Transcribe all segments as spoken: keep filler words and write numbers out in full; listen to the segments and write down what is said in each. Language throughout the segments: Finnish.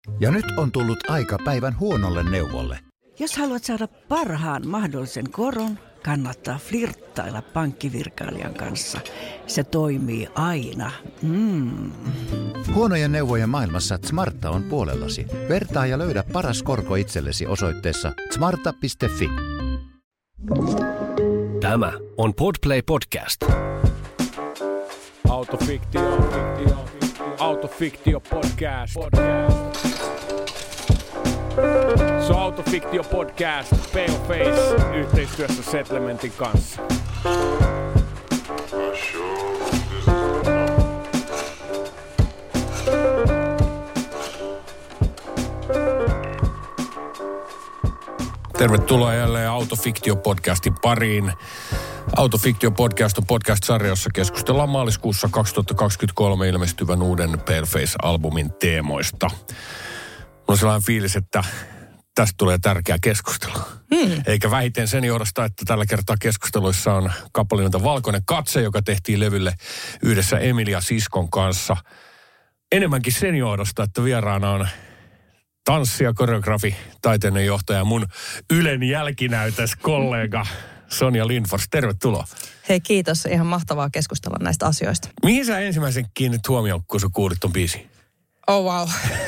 Ja nyt on tullut aika päivän huonolle neuvolle. Jos haluat saada parhaan mahdollisen koron, kannattaa flirttailla pankkivirkailijan kanssa. Se toimii aina. Mm. Huonojen neuvojen maailmassa Smarta on puolellasi. Vertaa ja löydä paras korko itsellesi osoitteessa smarta piste fi. Tämä on Podplay Podcast. Autofiktio, fiktio, Autofiktio podcast. podcast. Se on Autofiktio podcast, Paleface, yhteistyössä Settlementin kanssa. Tervetuloa jälleen Autofiktio-podcastin pariin. Autofiktio-podcast on podcast-sarja, jossa keskustellaan maaliskuussa kaksituhattakaksikymmentäkolme ilmestyvän uuden Paleface-albumin teemoista. Mulla on sellainen fiilis, että tästä tulee tärkeä keskustelu. Hmm. Eikä vähiten sen johdosta, että tällä kertaa keskusteluissa on kappale nimeltä Valkoinen katse, joka tehtiin levylle yhdessä Emilia Siskon kanssa. Enemmänkin sen johdosta, että vieraana on tanssi- ja koreografi, taiteinen johtaja, mun Ylen jälkinäytös kollega Sonja Lindfors. Tervetuloa. Hei, kiitos. Ihan mahtavaa keskustella näistä asioista. Mihin sä ensimmäisen kiinnit huomioon, kun sä kuulit ton biisin? Oh wow.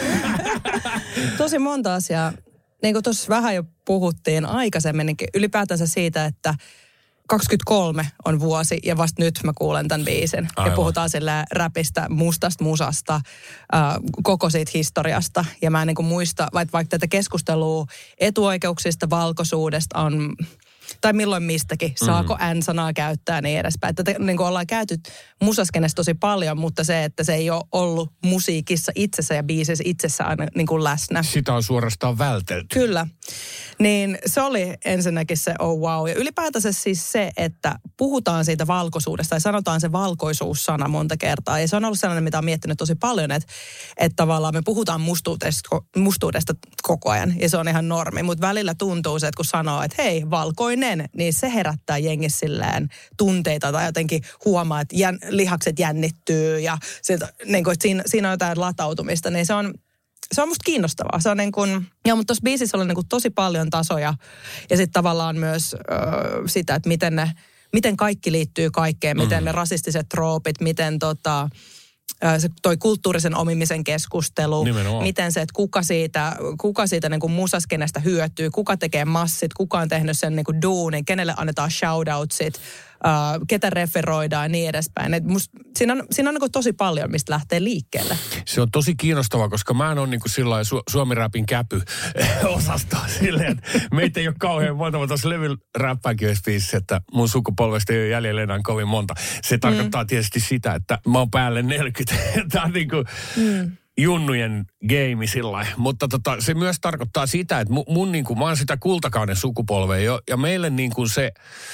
Tosi monta asiaa. Niin kuin tuossa vähän jo puhuttiin aikaisemmin, ylipäätänsä siitä, että kaksikymmentäkolme on vuosi ja vasta nyt mä kuulen tämän biisin. Aivan. Ja puhutaan silleen räpistä, mustasta musasta, äh, koko siitä historiasta. Ja mä en niin kuin muista, vaikka, vaikka tätä keskustelua etuoikeuksista, valkoisuudesta on, tai milloin mistäkin, saako mm. N-sanaa käyttää niin edespäin. Että niin kuin ollaan käyty musaskenessä tosi paljon, mutta se, että se ei ole ollut musiikissa itsessä ja biisissä itsessä aina niin kuin läsnä. Sitä on suorastaan vältelty. Kyllä. Niin se oli ensinnäkin se oh wow. Ja ylipäätänsä siis se, että puhutaan siitä valkoisuudesta ja sanotaan se valkoisuussana monta kertaa. Ja se on ollut sellainen, mitä on miettinyt tosi paljon, että, että tavallaan me puhutaan mustuudesta, mustuudesta koko ajan. Ja se on ihan normi. Mutta välillä tuntuu se, että kun sanoo, että hei, valkoinen, niin se herättää jengi silleen tunteita tai jotenkin huomaa, että jän, lihakset jännittyy ja siltä, niin kuin, että siinä, siinä on jotain latautumista. Niin se on... Se on musta kiinnostavaa. Se on niin kuin, ja mutta tuossa biisissä oli niin kuin tosi paljon tasoja ja sitten tavallaan myös ö, sitä, että miten, ne, miten kaikki liittyy kaikkeen, miten mm. ne rasistiset troopit, miten tota, se toi kulttuurisen omimisen keskustelu, nimenomaan. Miten se, että kuka siitä, kuka siitä niin kuin musaskenestä hyötyy, kuka tekee massit, kuka on tehnyt sen niin kuin duunin, kenelle annetaan shoutoutsit, Uh, ketä referoidaan ja niin edespäin. Et must, siinä on, siinä on niin tosi paljon, mistä lähtee liikkeelle. Se on tosi kiinnostavaa, koska mä en ole niin kuin sillain su- suomi-räpin käpy osastoa silleen, että meitä ei ole kauhean monta, mutta tuossa levyllä räppääkin olisi biisissä, että mun sukupolvesta ei ole jäljellä enää kovin monta. Se tarkoittaa mm. tietysti sitä, että mä oon päälle neljäkymmentä. Tämä on niin kuin... Mm. junnujen game sillä. Mutta tota, se myös tarkoittaa sitä, että mun, mun niin kuin, mä oon sitä kultakauden sukupolvea jo, ja meille niin kuin se...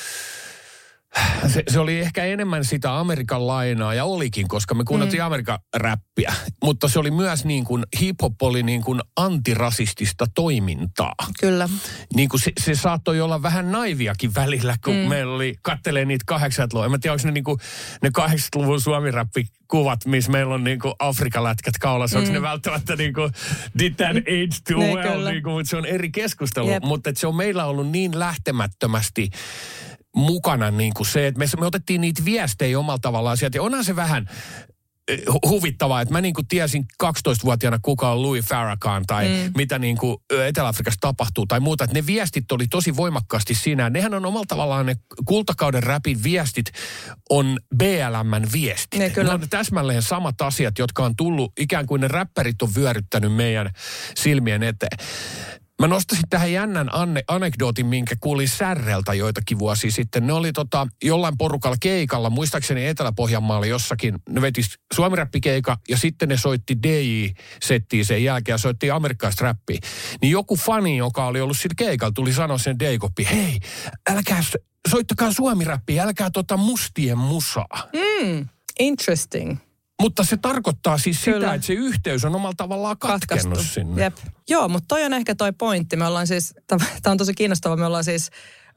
Se, se oli ehkä enemmän sitä Amerikan lainaa, ja olikin, koska me kuunneltiin mm. Amerikan räppiä. Mutta se oli myös niin kuin, hip-hop oli niin kuin antirasistista toimintaa. Kyllä. Niin kuin se, se saattoi olla vähän naiviakin välillä, kun mm. meillä oli, kattelee niitä kahdeksankymmentäluvun. En mä tiedä, onko ne, niin kuin, ne kahdeksankymmentäluvun suomi-räppikuvat, missä meillä on niin kuin Afrika-lätkät kaulassa. Mm. Onko ne välttämättä niin kuin, did that age too ne, well? Niin kuin, mutta se on eri keskustelu. Yep. Mutta se on meillä ollut niin lähtemättömästi mukana niin kuin se, että me, me otettiin niitä viestejä omalla tavallaan sieltä. Ja onhan se vähän hu- huvittavaa, että mä niin kuin tiesin kaksitoistavuotiaana, kuka on Louis Farrakhan tai mm. mitä niin kuin Etelä-Afrikassa tapahtuu tai muuta. Että ne viestit oli tosi voimakkaasti siinä. Nehän on omalla tavallaan ne kultakauden räpin viestit on B L M:n viestit. Ne, ne on täsmälleen samat asiat, jotka on tullut ikään kuin ne räppärit on vyöryttänyt meidän silmien eteen. Mä nostasin tähän jännän anne, anekdootin, minkä kuulin Särreltä joitakin vuosia sitten. Ne oli tota, jollain porukalla keikalla, muistaakseni Etelä-Pohjanmaalla jossakin. Ne veti suomi-räppikeika ja sitten ne soitti D J-settiin sen jälkeen ja soitti amerikkalaista räppiä. Niin joku fani, joka oli ollut sillä keikalla, tuli sanoa sen D-koppi, hei, älkää, soittakaa suomi-räppiä, älkää tota mustien musaa. Mm, interesting. Mutta se tarkoittaa siis Kyllä. sitä, että se yhteys on omalla tavallaan katkennut Katkaistu. sinne. Jep. Joo, mutta toi on ehkä toi pointti. Me ollaan siis, tämä on tosi kiinnostavaa, me ollaan siis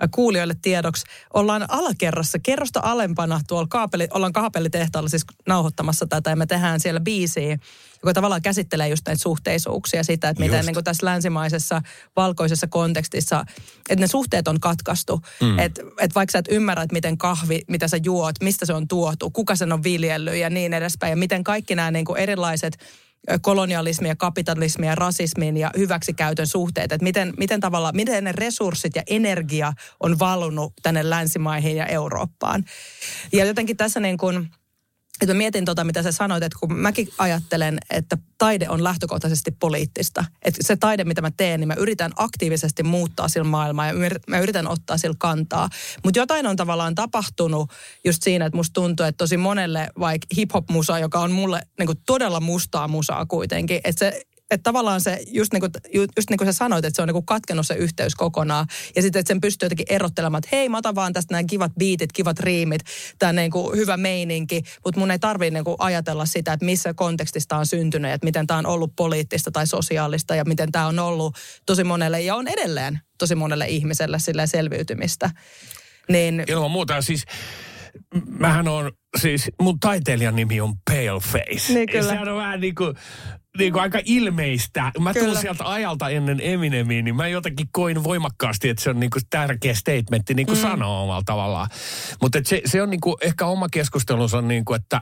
kuulijoille tiedoksi. Ollaan alakerrassa, kerrosta alempana, tuolla kaapeli, ollaan kaapelitehtaalla siis nauhoittamassa tätä ja me tehdään siellä biisiä, joka tavallaan käsittelee just näitä suhteisuuksia, sitä, että miten niin kuin tässä länsimaisessa valkoisessa kontekstissa, että ne suhteet on katkaistu. Mm. Että et vaikka sä et ymmärrä, että miten kahvi, mitä sä juot, mistä se on tuotu, kuka sen on viljellyt ja niin edespäin. Ja miten kaikki nämä niin kuin erilaiset kolonialismin ja kapitalismin ja rasismin ja hyväksikäytön suhteet, että miten, miten tavallaan, miten ne resurssit ja energia on valunut tänne länsimaihin ja Eurooppaan. Ja jotenkin tässä niin kuin, että mä mietin tota, mitä sä sanoit, että kun mäkin ajattelen, että taide on lähtökohtaisesti poliittista. Että se taide, mitä mä teen, niin mä yritän aktiivisesti muuttaa sillä maailmaa ja mä yritän ottaa sillä kantaa. Mutta jotain on tavallaan tapahtunut just siinä, että musta tuntuu, että tosi monelle vaikka hip-hop-musa, joka on mulle niin kuin todella mustaa musaa kuitenkin, että se että tavallaan se, just niin, kuin, just niin kuin sä sanoit, että se on niin kuin katkennut se yhteys kokonaan. Ja sitten, että sen pystyy jotenkin erottelemaan, että hei, mä otan vaan tästä nämä kivat biitit, kivat riimit, tämä niin kuin hyvä meininki. Mutta mun ei tarvitse niin kuin ajatella sitä, että missä kontekstista on syntynyt, että miten tämä on ollut poliittista tai sosiaalista ja miten tämä on ollut tosi monelle ja on edelleen tosi monelle ihmiselle sillä selviytymistä. Niin, ilman muuta siis, mähän on, siis mun taiteilijan nimi on Paleface. Niin kyllä. Ja sehän on vähän niin kuin, niin kuin aika ilmeistä. Mä tulin sieltä ajalta ennen Eminemiä, niin mä jotenkin koin voimakkaasti, että se on niin kuin tärkeä statementti niin kuin mm. sanoa omalla tavallaan. Mutta se, se on niin kuin, ehkä oma keskustelunsa on niin kuin, että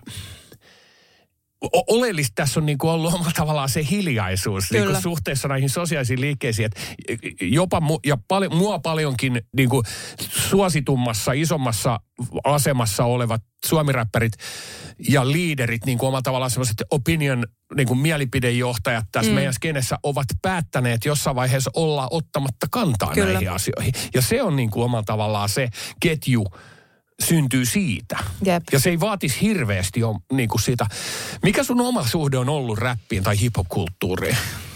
oleellista tässä on niin kuin ollut omalla tavallaan se hiljaisuus niin kuin suhteessa näihin sosiaalisiin liikkeisiin. Että jopa mu, ja pal- mua paljonkin niin kuin suositummassa, isommassa asemassa olevat suomiräppärit ja liiderit, niin kuin omalla tavallaan sellaiset opinion, niin kuin mielipidejohtajat tässä mm. meidän skenessä ovat päättäneet jossain vaiheessa olla ottamatta kantaa Kyllä. näihin asioihin. Ja se on niin kuin omalla tavallaan se ketju, syntyy siitä. Jep. Ja se ei vaatisi hirveästi on, niin kuin siitä. Mikä sun oma suhde on ollut räppiin tai hip-hop-kulttuuriin?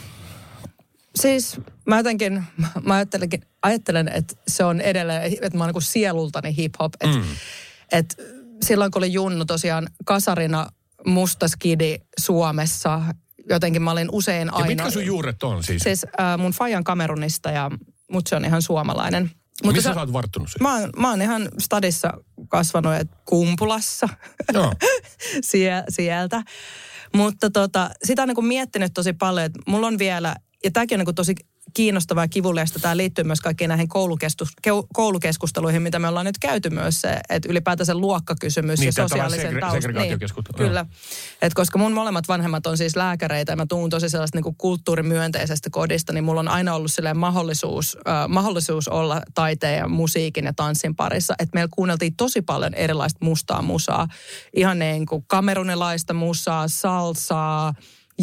Siis mä jotenkin, mä ajattelen, ajattelen, että se on edelleen, että mä oon niin kuin sielultani hip-hop. Että mm. et silloin kun olin junnu tosiaan kasarina musta skidi Suomessa, jotenkin mä olin usein aina. Ja mitkä sun juuret on siis? Siis äh, mun fajan Kamerunista ja mut se on ihan suomalainen. Mutta missä sä oot varttunut sen? Mä, mä oon ihan stadissa kasvanut, että Kumpulassa no. Sie, sieltä. Mutta tota, sitä on niin kuin miettinyt tosi paljon, että mulla on vielä, ja tämäkin on niin kuin tosi kiinnostavaa ja kivuliasta. Tämä liittyy myös kaikkiin näihin koulukeskusteluihin, mitä me ollaan nyt käyty myös se, että ylipäätään se luokkakysymys niin, ja sosiaalisen segre- taustan. Niin, kyllä. Et koska mun molemmat vanhemmat on siis lääkäreitä ja mä tuun tosi sellaista niin kuin kulttuurimyönteisestä kodista, niin mulla on aina ollut silleen mahdollisuus, äh, mahdollisuus olla taiteen ja musiikin ja tanssin parissa. Että meillä kuunneltiin tosi paljon erilaista mustaa musaa. Ihan niin kuin kamerunilaista musaa, salsaa,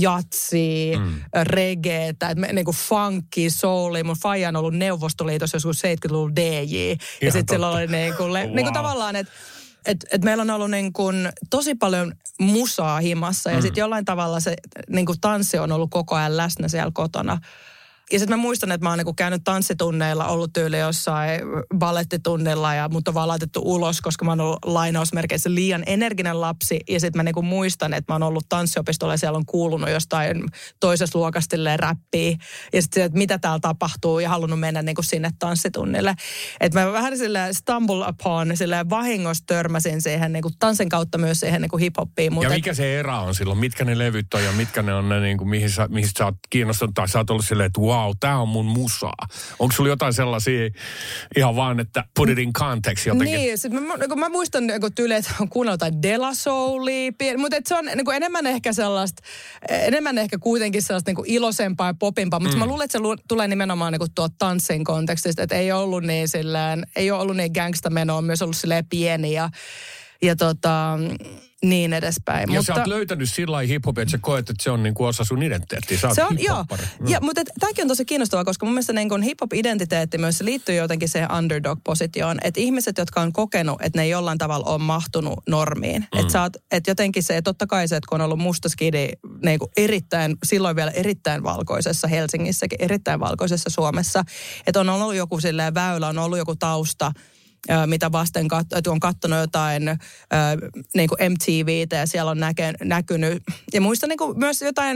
jatsia, mm. reggaetä, niin kuin funky, souli. Mun faija on ollut Neuvostoliitossa joskus seitsemänkymmentäluvun D J. Ihan ja sitten sillä oli niin kuin, wow. niin kuin tavallaan, että et, et meillä on ollut niin kuin tosi paljon musaa himassa. Mm. Ja sitten jollain tavalla se niin kuin tanssi on ollut koko ajan läsnä siellä kotona. Ja sitten mä muistan, että mä oon niinku käynyt tanssitunneilla, ollut tyyli jossain ballettitunnilla ja mut on vaan laitettu ulos, koska mä oon ollut lainausmerkeissä liian energinen lapsi. Ja sitten mä niinku muistan, että mä oon ollut tanssiopistolla ja siellä on kuulunut jostain toisessa luokasta räppiä. Ja sitten että mitä täällä tapahtuu ja halunnut mennä niinku sinne tanssitunnille. Että mä vähän silleen stumble upon, silleen vahingossa törmäsin siihen niinku tanssin kautta myös siihen niinku hip-hoppiin. Ja mikä et, se era on silloin? Mitkä ne levyt on ja mitkä ne on ne, niinku, mihin, sä, mihin sä oot kiinnostunut tai sä oot ollut silleen, että wow, tää on mun musaa. Onko sulla jotain sellaisia ihan vaan, että put it in context jotenkin? Niin, sit mä, mä, mä muistan niin tyyli, että on kuunnellut jotain De La Soulia, mutta se on niin enemmän ehkä sellaista, enemmän ehkä kuitenkin sellaista niin iloisempaa ja popimpaa, mutta mm. mä luulen, että se lu, tulee nimenomaan niin tuo tanssin kontekstista, että ei ollut niin silleen, ei ole ollut niin gangsta-menoa, on myös ollut silleen pieni ja, ja tota... niin edespäin. Ja mutta, sä oot löytänyt sillä lailla hip-hopia, että sä koet, että se on niin kuin osa sun identiteettiä. Sä oot se on, joo. Mm. Ja, mutta tämäkin on tosi kiinnostavaa, koska mun mielestä niin kuin hip-hop-identiteetti myös liittyy jotenkin siihen underdog-positioon. Että ihmiset, jotka on kokenut, että ne ei jollain tavalla ole mahtunut normiin. Mm. Että et jotenkin se, totta kai se, että kun on ollut musta skidi niin kuin erittäin, silloin vielä erittäin valkoisessa Helsingissäkin, erittäin valkoisessa Suomessa. Että on ollut joku silleen väylä, on ollut joku tausta, mitä vasten kat- on katsonut jotain äh, niin kuin M T V:tä ja siellä on näke- näkynyt. Ja muistan niin kuin myös jotain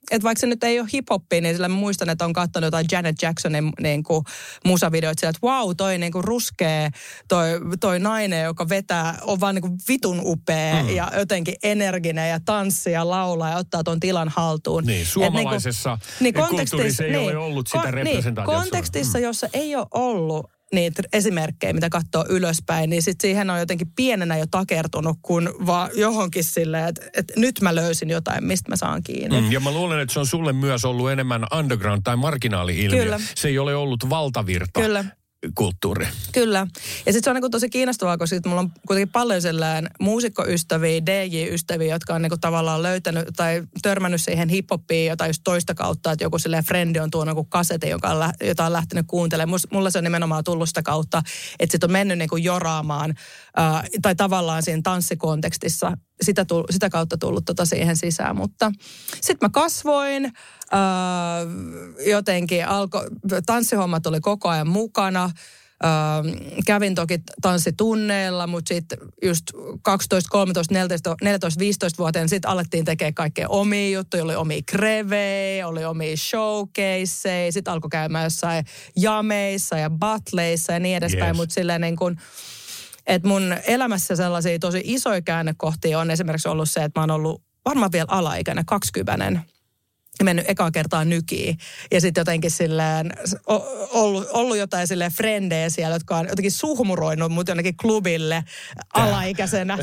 että vaikka se nyt ei ole hip-hoppia, niin sillä mä muistan, että on katsonut jotain Janet Jacksonin niin kuin musavideoita sillä, että wow, toi niin kuin ruskee, toi, toi nainen, joka vetää, on vaan niin kuin vitun upea mm. ja jotenkin energinen ja tanssia ja laulaa ja ottaa ton tilan haltuun. Niin, suomalaisessa niin kuin, niin kulttuurissa ei niin, ole ollut sitä kon, representaatiota. Niin, kontekstissa, jossa ei ole ollut niitä esimerkkejä, mitä katsoo ylöspäin, niin sitten siihen on jotenkin pienenä jo takertunut, kun vaan johonkin silleen, että, että nyt mä löysin jotain, mistä mä saan kiinni. Mm, ja mä luulen, että se on sulle myös ollut enemmän underground tai marginaali-ilmiö. Kyllä. Se ei ole ollut valtavirta. Kyllä. Kulttuuri. Kyllä. Ja sitten se on niin kuin tosi kiinnostavaa, koska mulla on kuitenkin paljon sellainen muusikkoystäviä, D J-ystäviä, jotka on niin kuin tavallaan löytänyt tai törmännyt siihen hip-hoppiin jotain just toista kautta, että joku silleen frendi on tuonut joku kasete, joka on, jota on lähtenyt kuuntelemaan. Mulla se on nimenomaan tullut sitä kautta, että sit on mennyt niin kuin joraamaan äh, tai tavallaan siinä tanssikontekstissa sitä, tull, sitä kautta tullut tota siihen sisään. Mutta sitten mä kasvoin. Uh, jotenkin alko, tanssihommat oli koko ajan mukana. Uh, kävin toki tanssitunneilla, mutta sitten just kaksitoista, kolmetoista, neljätoista, viisitoista-vuotiaana sitten alettiin tekemään kaikkea omia juttuja. Oli omia krevejä, oli omia showcaseja, sitten alkoi käymään jossain jameissa ja battleissa ja niin edespäin. Yes. Mutta silleen niin kuin, että mun elämässä sellaisia tosi isoja käännekohtia on esimerkiksi ollut se, että mä oon ollut varmaan vielä alaikäinen, kaksikymmenen. Mennyt ekaa kertaa nykiin. Ja sitten jotenkin silleen ollut, ollut jotain silleen frendejä siellä, jotka on jotenkin suhmuroinut mut jonnekin klubille alaikäisenä.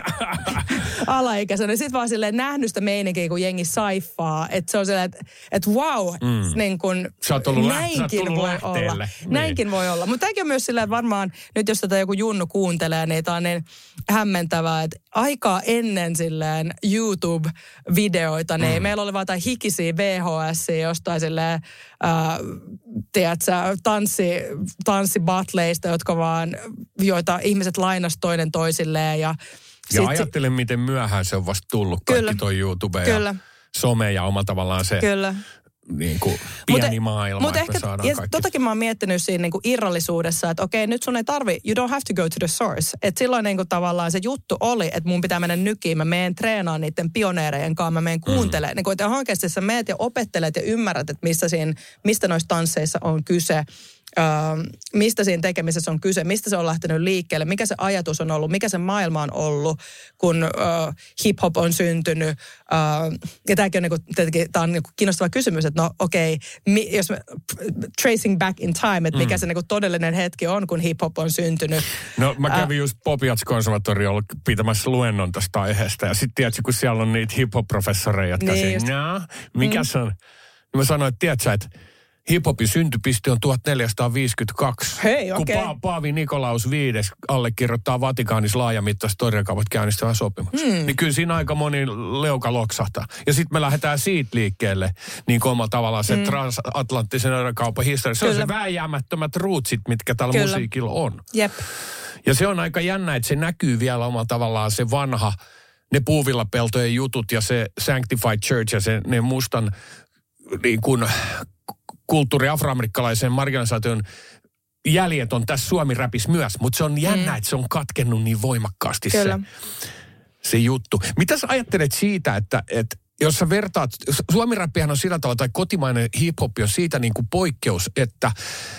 alaikäisenä. Sitten vaan silleen nähnyt sitä meininkiä, kun jengi saiffaa. Että se on silleen, että et wow, mm. niin kun näinkin voi lähteelle. olla. Niin. Näinkin voi olla. Mutta tämäkin on myös silleen, että varmaan nyt jos tätä joku junnu kuuntelee, niin tämä on niin hämmentävää, että aikaa ennen silleen YouTube-videoita, niin mm. meillä oli vaan jotain hikisiä V H S jostain silleen, äh, tiedätkö, tanssi, tanssibattleista, jotka vaan, joita ihmiset lainas toinen toisilleen. Ja, ja ajattelen, miten myöhään se on vasta tullut kaikki kyllä, toi YouTube ja kyllä. some ja omalla tavallaan se kyllä. Niin kuin pieni mut, maailma, mut että ehkä, saadaan ja kaikki. Totakin mä oon miettinyt siinä niin kuin irrallisuudessa, että okei, nyt sun ei tarvi, you don't have to go to the source. Että silloin niin kuin tavallaan se juttu oli, että mun pitää mennä nykiin, mä menen treenaan niiden pioneerejen kanssa, mä menen kuuntelemaan. Mm. Niin kuin, että oikeasti sä meet ja opettelet ja ymmärrät, että mistä, siinä, mistä noissa tansseissa on kyse. Uh, mistä siinä tekemisessä on kyse, mistä se on lähtenyt liikkeelle, mikä se ajatus on ollut, mikä se maailma on ollut, kun uh, hip-hop on syntynyt. Uh, ja tämäkin on, niinku, tietenkin, tämä on niinku kiinnostava kysymys, että no okei, okay, jos me, tracing back in time, että mikä mm. se niinku todellinen hetki on, kun hip-hop on syntynyt. No mä kävin uh, just Popiats-konservatoriolla pitämässä luennon tästä aiheesta, ja sitten tiedätkö, kun siellä on niitä hip-hop-professoreja, jotka niin siinä, no, mikä mm. se on? Ja mä sanoin, että tiedätkö, että hip-hopin syntypiste on tuhatneljäsataaviisikymmentäkaksi. Hei, okei. Okay. Kun pa- Paavi Nikolaus viides allekirjoittaa Vatikaanissa laajamittaista torjakaupat käynnistävän sopimuksen. Hmm. Niin kyllä siinä aika moni leuka loksahtaa. Ja sitten me lähdetään siitä liikkeelle, niin kuin omalla tavallaan se hmm. transatlanttisen torjakaupan historia. Se kyllä. on se vääjäämättömät rootsit, mitkä tällä kyllä. musiikilla on. Jep. Ja se on aika jännä, että se näkyy vielä omalla tavallaan se vanha, ne puuvillapeltojen jutut ja se Sanctified Church ja se, ne mustan niin kuin kulttuuri afroamerikkalaisen marginalisaation jäljet on tässä Suomi-räpissä myös, mutta se on jännä, mm. että se on katkennut niin voimakkaasti se, se juttu. Mitä sä ajattelet siitä, että, että jos sä vertaat, Suomi-räppihän on sillä tavalla, tai kotimainen hip-hop on siitä niin kuin poikkeus, että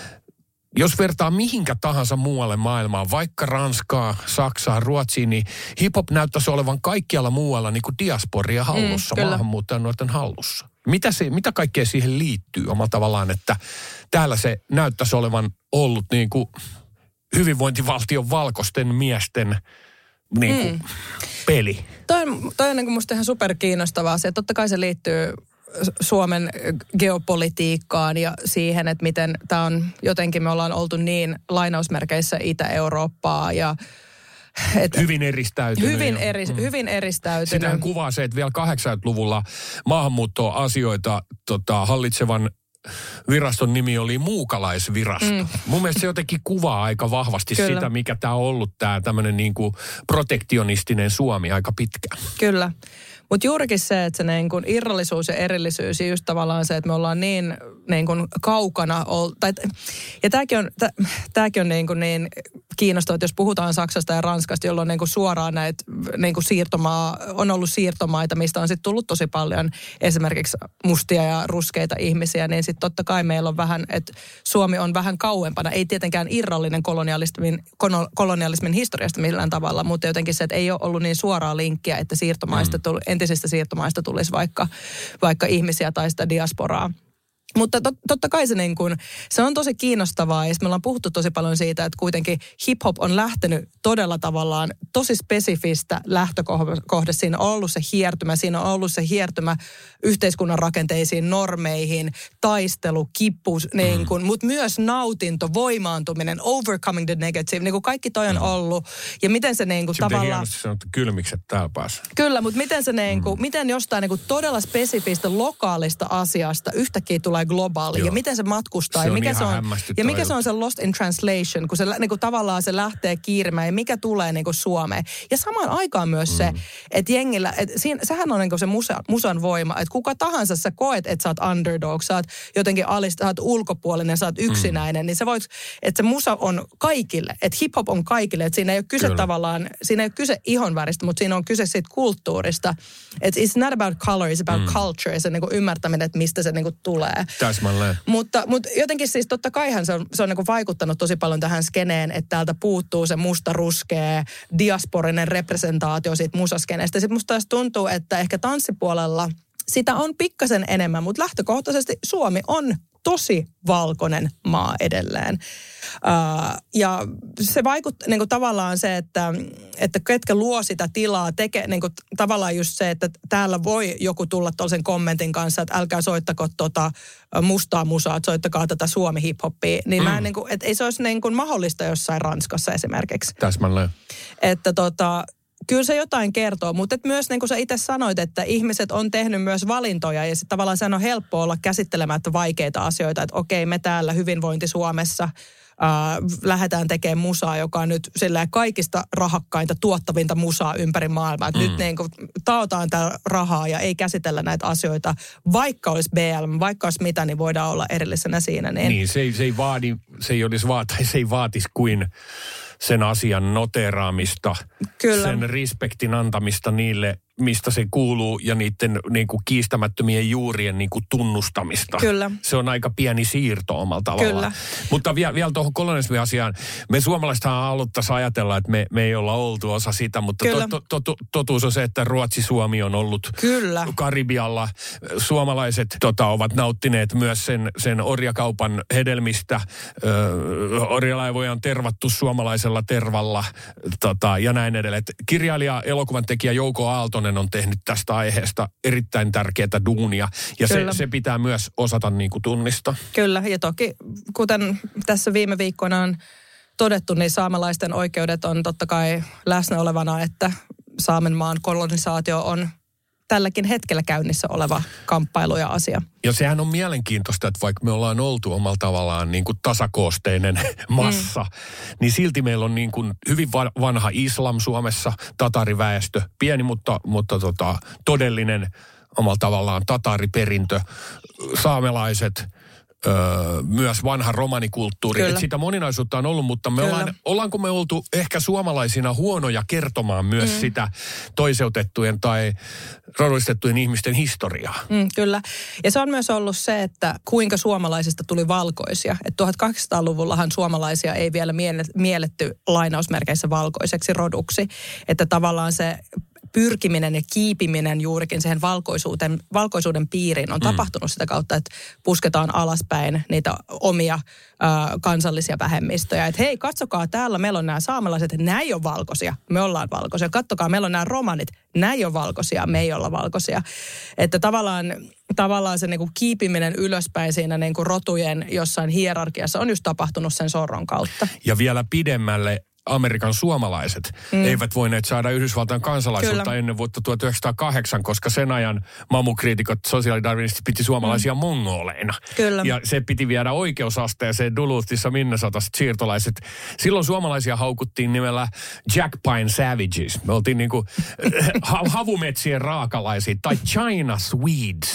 jos vertaa mihinkä tahansa muualle maailmaan, vaikka Ranskaa, Saksaa, Ruotsiin, niin hip-hop näyttäisi olevan kaikkialla muualla niin kuin diasporia hallussa, mm, maahanmuuttajan nuorten hallussa. Mitä, se, mitä kaikkea siihen liittyy omalla tavallaan, että täällä se näyttäisi olevan ollut niin kuin hyvinvointivaltion valkoisten miesten niin kuin mm. peli? Toi, toi on niin kuin musta ihan superkiinnostava asia. Totta kai se liittyy Suomen geopolitiikkaan ja siihen, että miten tämä on, jotenkin me ollaan oltu niin lainausmerkeissä Itä-Eurooppaa ja Et hyvin eristäytynyt. Hyvin, eri, mm. hyvin eristäytynyt. Sitähän kuvaa se, että vielä kahdeksankymmentäluvulla maahanmuuttoasioita tota, hallitsevan viraston nimi oli muukalaisvirasto. Mm. Mun mielestä se jotenkin kuvaa aika vahvasti Kyllä. sitä, mikä tämä on ollut tämä tämmöinen niin kuin protektionistinen Suomi aika pitkään. Kyllä. Mutta juurikin se, että se niin kuin irrallisuus ja erillisyys ja just tavallaan se, että me ollaan niin niin kuin kaukana. Ol, tai, ja tämäkin on, tämäkin on niin, kuin niin kiinnostavaa, että jos puhutaan Saksasta ja Ranskasta, jolloin niin kuin suoraan näitä niin kuin siirtomaa, on ollut siirtomaita, mistä on sitten tullut tosi paljon esimerkiksi mustia ja ruskeita ihmisiä, niin sitten totta kai meillä on vähän, että Suomi on vähän kauempana. Ei tietenkään irrallinen kolonialismin, kolonialismin historiasta millään tavalla, mutta jotenkin se, että ei ole ollut niin suoraa linkkiä, että siirtomaista tuli, entisistä siirtomaista tulisi vaikka, vaikka ihmisiä tai sitä diasporaa. Mutta tot, totta kai se, niin kuin, se on tosi kiinnostavaa ja me ollaan puhuttu tosi paljon siitä, että kuitenkin hip-hop on lähtenyt todella tavallaan tosi spesifistä lähtökohdasta. Siinä on ollut se hiertymä, siinä on ollut se hiertymä yhteiskunnan rakenteisiin, normeihin, taistelu, kipu, niin kuin, mutta myös nautinto, voimaantuminen, overcoming the negative, niin kuin kaikki toi on ollut. Ja miten se niin kuin, tavallaan... hienosti sanottu kylmikset täällä päässä. Kyllä, mutta miten se niin kuin, mm. miten jostain niin kuin, todella spesifistä, lokaalista asiasta yhtäkkiä tulee globaali. Joo. Ja miten se matkustaa. Se ja mikä, se on, ja mikä juttu. se on se lost in translation, kun se niin kuin, tavallaan se lähtee kiirimään ja mikä tulee niin kuin, Suomeen. Ja samaan aikaan myös mm. se, että jengillä, että siinä, sehän on niin kuin, se musa, musan voima, että kuka tahansa sä koet, että sä oot underdog, sä oot jotenkin alista, sä oot ulkopuolinen, sä oot yksinäinen, mm. niin sä voit, että se musa on kaikille, että hip-hop on kaikille, että siinä ei ole kyse Kyllä. tavallaan, siinä ei ole kyse ihonväristä, mutta siinä on kyse siitä kulttuurista. Että it's not about color, it's about mm. culture, se niin kuin ymmärtäminen, että mistä se niin kuin tulee. Täsmälleen. Mutta, mutta jotenkin siis totta kaihan se on, se on niin kuin vaikuttanut tosi paljon tähän skeneen, että täältä puuttuu se musta ruskea, diasporinen representaatio siitä musaskeneestä. Sitten musta taas tuntuu, että ehkä tanssipuolella sitä on pikkasen enemmän, mutta lähtökohtaisesti Suomi on tosi valkoinen maa edelleen. Uh, ja se vaikuttaa niin kuin tavallaan se, että, että ketkä luo sitä tilaa, tekee niin kuin tavallaan just se, että täällä voi joku tulla tuollaisen kommentin kanssa, että älkää soittako tota mustaa musaa, että soittakaa tätä Suomi hip-hoppia. Niin mm. mä niin kuin, että ei se olisi niin kuin mahdollista jossain Ranskassa esimerkiksi. Täsmälleen. Että tota... Kyllä se jotain kertoo, mutta et myös niin kuin sä itse sanoit, että ihmiset on tehnyt myös valintoja ja sitten tavallaan se on helppo olla käsittelemättä vaikeita asioita, että okei, me täällä hyvinvointi Suomessa äh, lähdetään tekemään musaa, joka on nyt silleen kaikista rahakkainta, tuottavinta musaa ympäri maailmaa. Mm. Nyt niin kuin taotaan tää rahaa ja ei käsitellä näitä asioita, vaikka olisi B L M, vaikka olisi mitä, niin voidaan olla erillisenä siinä. Niin, niin se, ei, se, ei vaadi, se ei olisi vaat, se ei vaatisi kuin sen asian noteraamista, Kyllä. sen respektin antamista niille, mistä se kuuluu, ja niiden niin kuin kiistämättömien juurien niin kuin tunnustamista. Kyllä. Se on aika pieni siirto omalla tavallaan. Kyllä. Mutta vielä, vielä tuohon kolonialismi-asiaan. Me suomalaisethan haluttaisiin ajatella, että me, me ei olla oltu osa sitä, mutta to, to, to, totuus on se, että Ruotsi-Suomi on ollut Kyllä. Karibialla. Suomalaiset tota, ovat nauttineet myös sen, sen orjakaupan hedelmistä. Ö, orjalaivoja on tervattu suomalaisella tervalla tota, ja näin edelleen. Kirjailija, elokuvan tekijä Jouko Aaltonen on tehnyt tästä aiheesta erittäin tärkeää duunia. Ja se, se pitää myös osata niin kuin tunnistaa. Kyllä, ja toki kuten tässä viime viikkoina on todettu, niin saamelaisten oikeudet on totta kai läsnä olevana, että Saamenmaan kolonisaatio on tälläkin hetkellä käynnissä oleva kamppailu ja asia. Ja sehän on mielenkiintoista, että vaikka me ollaan oltu omalla tavallaan niin kuin tasakoosteinen massa, mm. niin silti meillä on niin kuin hyvin vanha islam Suomessa, tatariväestö, pieni mutta, mutta tota, todellinen omalla tavallaan tatariperintö, saamelaiset, Öö, myös vanha romanikulttuuri. Että sitä moninaisuutta on ollut, mutta me ollaan, ollaanko me oltu ehkä suomalaisina huonoja kertomaan myös mm. sitä toiseutettujen tai rodullistettujen ihmisten historiaa? Mm, kyllä. Ja se on myös ollut se, että kuinka suomalaisista tuli valkoisia. Että tuhatkahdeksansataaluvullahan suomalaisia ei vielä mielletty lainausmerkeissä valkoiseksi roduksi. Että tavallaan se pyrkiminen ja kiipiminen juurikin siihen valkoisuuden, valkoisuuden piiriin on mm. tapahtunut sitä kautta, että pusketaan alaspäin niitä omia ö, kansallisia vähemmistöjä. Että hei, katsokaa täällä, meillä on nämä saamelaiset, nämä ei ole valkoisia, me ollaan valkoisia. Katsokaa, meillä on nämä romanit, nämä ei ole valkoisia, me ei olla valkoisia. Että tavallaan, tavallaan se niinku kiipiminen ylöspäin siinä niinku rotujen jossain hierarkiassa on just tapahtunut sen sorron kautta. Ja vielä pidemmälle Amerikan suomalaiset mm. eivät voineet saada Yhdysvaltain kansalaisuutta Kyllä. ennen vuotta tuhatyhdeksänsataakahdeksan, koska sen ajan mamukriitikot, sosiaalidarwinistit piti suomalaisia mm. mongoleina. Kyllä. Ja se piti viedä oikeusasteeseen Dulutissa Minnesotassa siirtolaiset. Silloin suomalaisia haukuttiin nimellä Jack Pine Savages. Me oltiin niinku havumetsien raakalaisia tai China Swedes.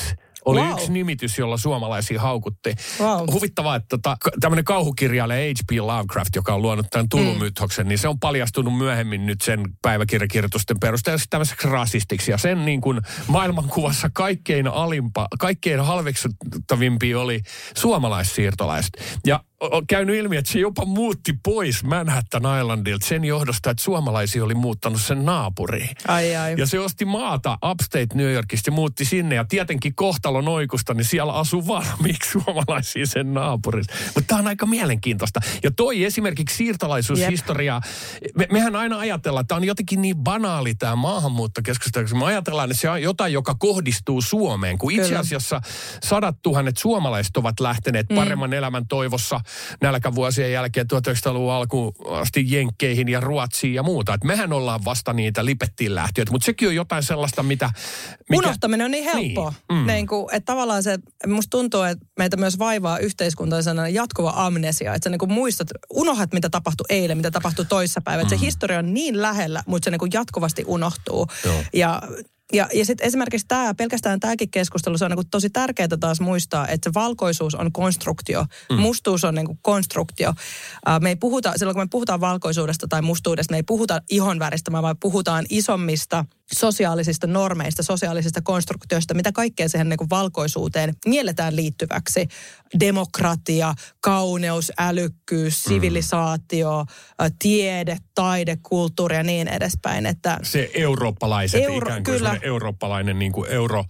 Oli wow. yksi nimitys, jolla suomalaisia haukutti. Wow. Huvittavaa, että tota, tämmöinen kauhukirjailija H P Lovecraft, joka on luonut tämän Tulumythoksen, mm. niin se on paljastunut myöhemmin nyt sen päiväkirjakirjoitusten perusteella tämmöiseksi rasistiksi. Ja sen niin kuin maailmankuvassa kaikkein alimpa, kaikkein halveksuttavimpia oli suomalaissiirtolaiset. Ja on käynyt ilmi, että se jopa muutti pois Manhattan Islandilta sen johdosta, että suomalaisia oli muuttanut sen naapuriin. Ai ai. Ja se osti maata upstate New Yorkista ja muutti sinne. Ja tietenkin kohtalon oikusta, niin siellä asuu valmiiksi suomalaisia sen naapurissa. Mutta tämä on aika mielenkiintoista. Ja toi esimerkiksi siirtolaisuushistoria. Me, mehän aina ajatellaan, että tämä on jotenkin niin banaali tämä maahanmuuttokeskustelu. Me ajatellaan, että se on jotain, joka kohdistuu Suomeen. Kun itse asiassa sadat tuhannet suomalaiset ovat lähteneet paremman mm. elämän toivossa nälkävuosien jälkeen tuhatyhdeksänsataaluvun alkuun asti Jenkkeihin ja Ruotsiin ja muuta. Et mehän ollaan vasta niitä lipettiin lähtiöitä, mutta sekin on jotain sellaista, mitä... Mikä... Unohtaminen on niin helppoa. Niin. Mm. Niin kuin, että tavallaan se, musta tuntuu, että meitä myös vaivaa yhteiskuntaisena jatkuva amnesia. Että sä niin kuin muistat, unohdat mitä tapahtui eilen, mitä tapahtui toissapäivä. Mm. Se historia on niin lähellä, mutta se niin kuin jatkuvasti unohtuu. Joo. Ja... Ja, ja sitten esimerkiksi tämä, pelkästään tämäkin keskustelu, se on niin tosi tärkeää taas muistaa, että se valkoisuus on konstruktio, mm. mustuus on niin kuin konstruktio. Uh, me ei puhuta, silloin kun me puhutaan valkoisuudesta tai mustuudesta, me ei puhuta ihonväristä, vaan puhutaan isommista sosiaalisista normeista, sosiaalisista konstruktioista, mitä kaikkea siihen niin kuin valkoisuuteen mielletään liittyväksi. Demokratia, kauneus, älykkyys, sivilisaatio, mm. tiede, taide, kulttuuri ja niin edespäin. Että se eurooppalaiset Euro, ikään kuin kyllä. eurooppalainen niin kuin euro,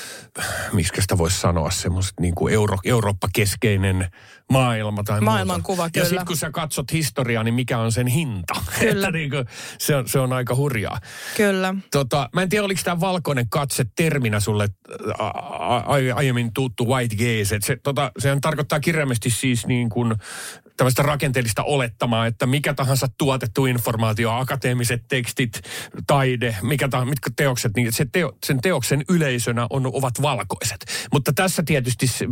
miksi sitä voisi sanoa, semmoiset niin kuin euro, Eurooppa-keskeinen maailma tai maailmankuva, muuta. kyllä. Ja sitten kun sä katsot historiaa, niin mikä on sen hinta? Kyllä. Että niin kuin, se, on, se on aika hurjaa. Kyllä. Tota, mä en tiedä, oliko tämä valkoinen katse terminä sulle a, a, a, aiemmin tuttu white gaze. Et se, tota, sehän tarkoittaa kirjaimesti siis niin kuin tämmöistä rakenteellista olettamaa, että mikä tahansa tuotettu informaatio, akateemiset tekstit, taide, mikä tahansa, mitkä teokset, niin se teo, sen teoksen yleisönä on, ovat valkoiset. Mutta tässä tietysti se,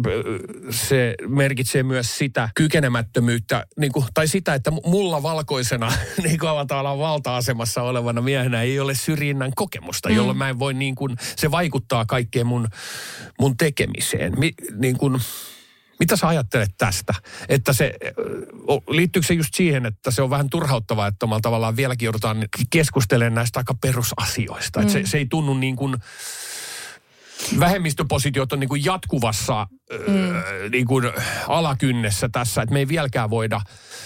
se merkitsee myös sitä kykenemättömyyttä, niin kuin, tai sitä, että mulla valkoisena niin kuin avataan valta-asemassa olevana miehenä ei ole syrjinnän kokemusta, mm. jolloin mä en voi niin kuin, se vaikuttaa kaikkeen mun, mun tekemiseen. Mi, niin kuin, mitä sä ajattelet tästä? Että se, liittyykö se just siihen, että se on vähän turhauttavaa, että omalla tavallaan vieläkin joudutaan keskustelemaan näistä aika perusasioista. Mm. Että se, se ei tunnu niin kuin, vähemmistöpositiot on niin kuin jatkuvassa mm. äh, niin kuin alakynnessä tässä, että me ei vieläkään voida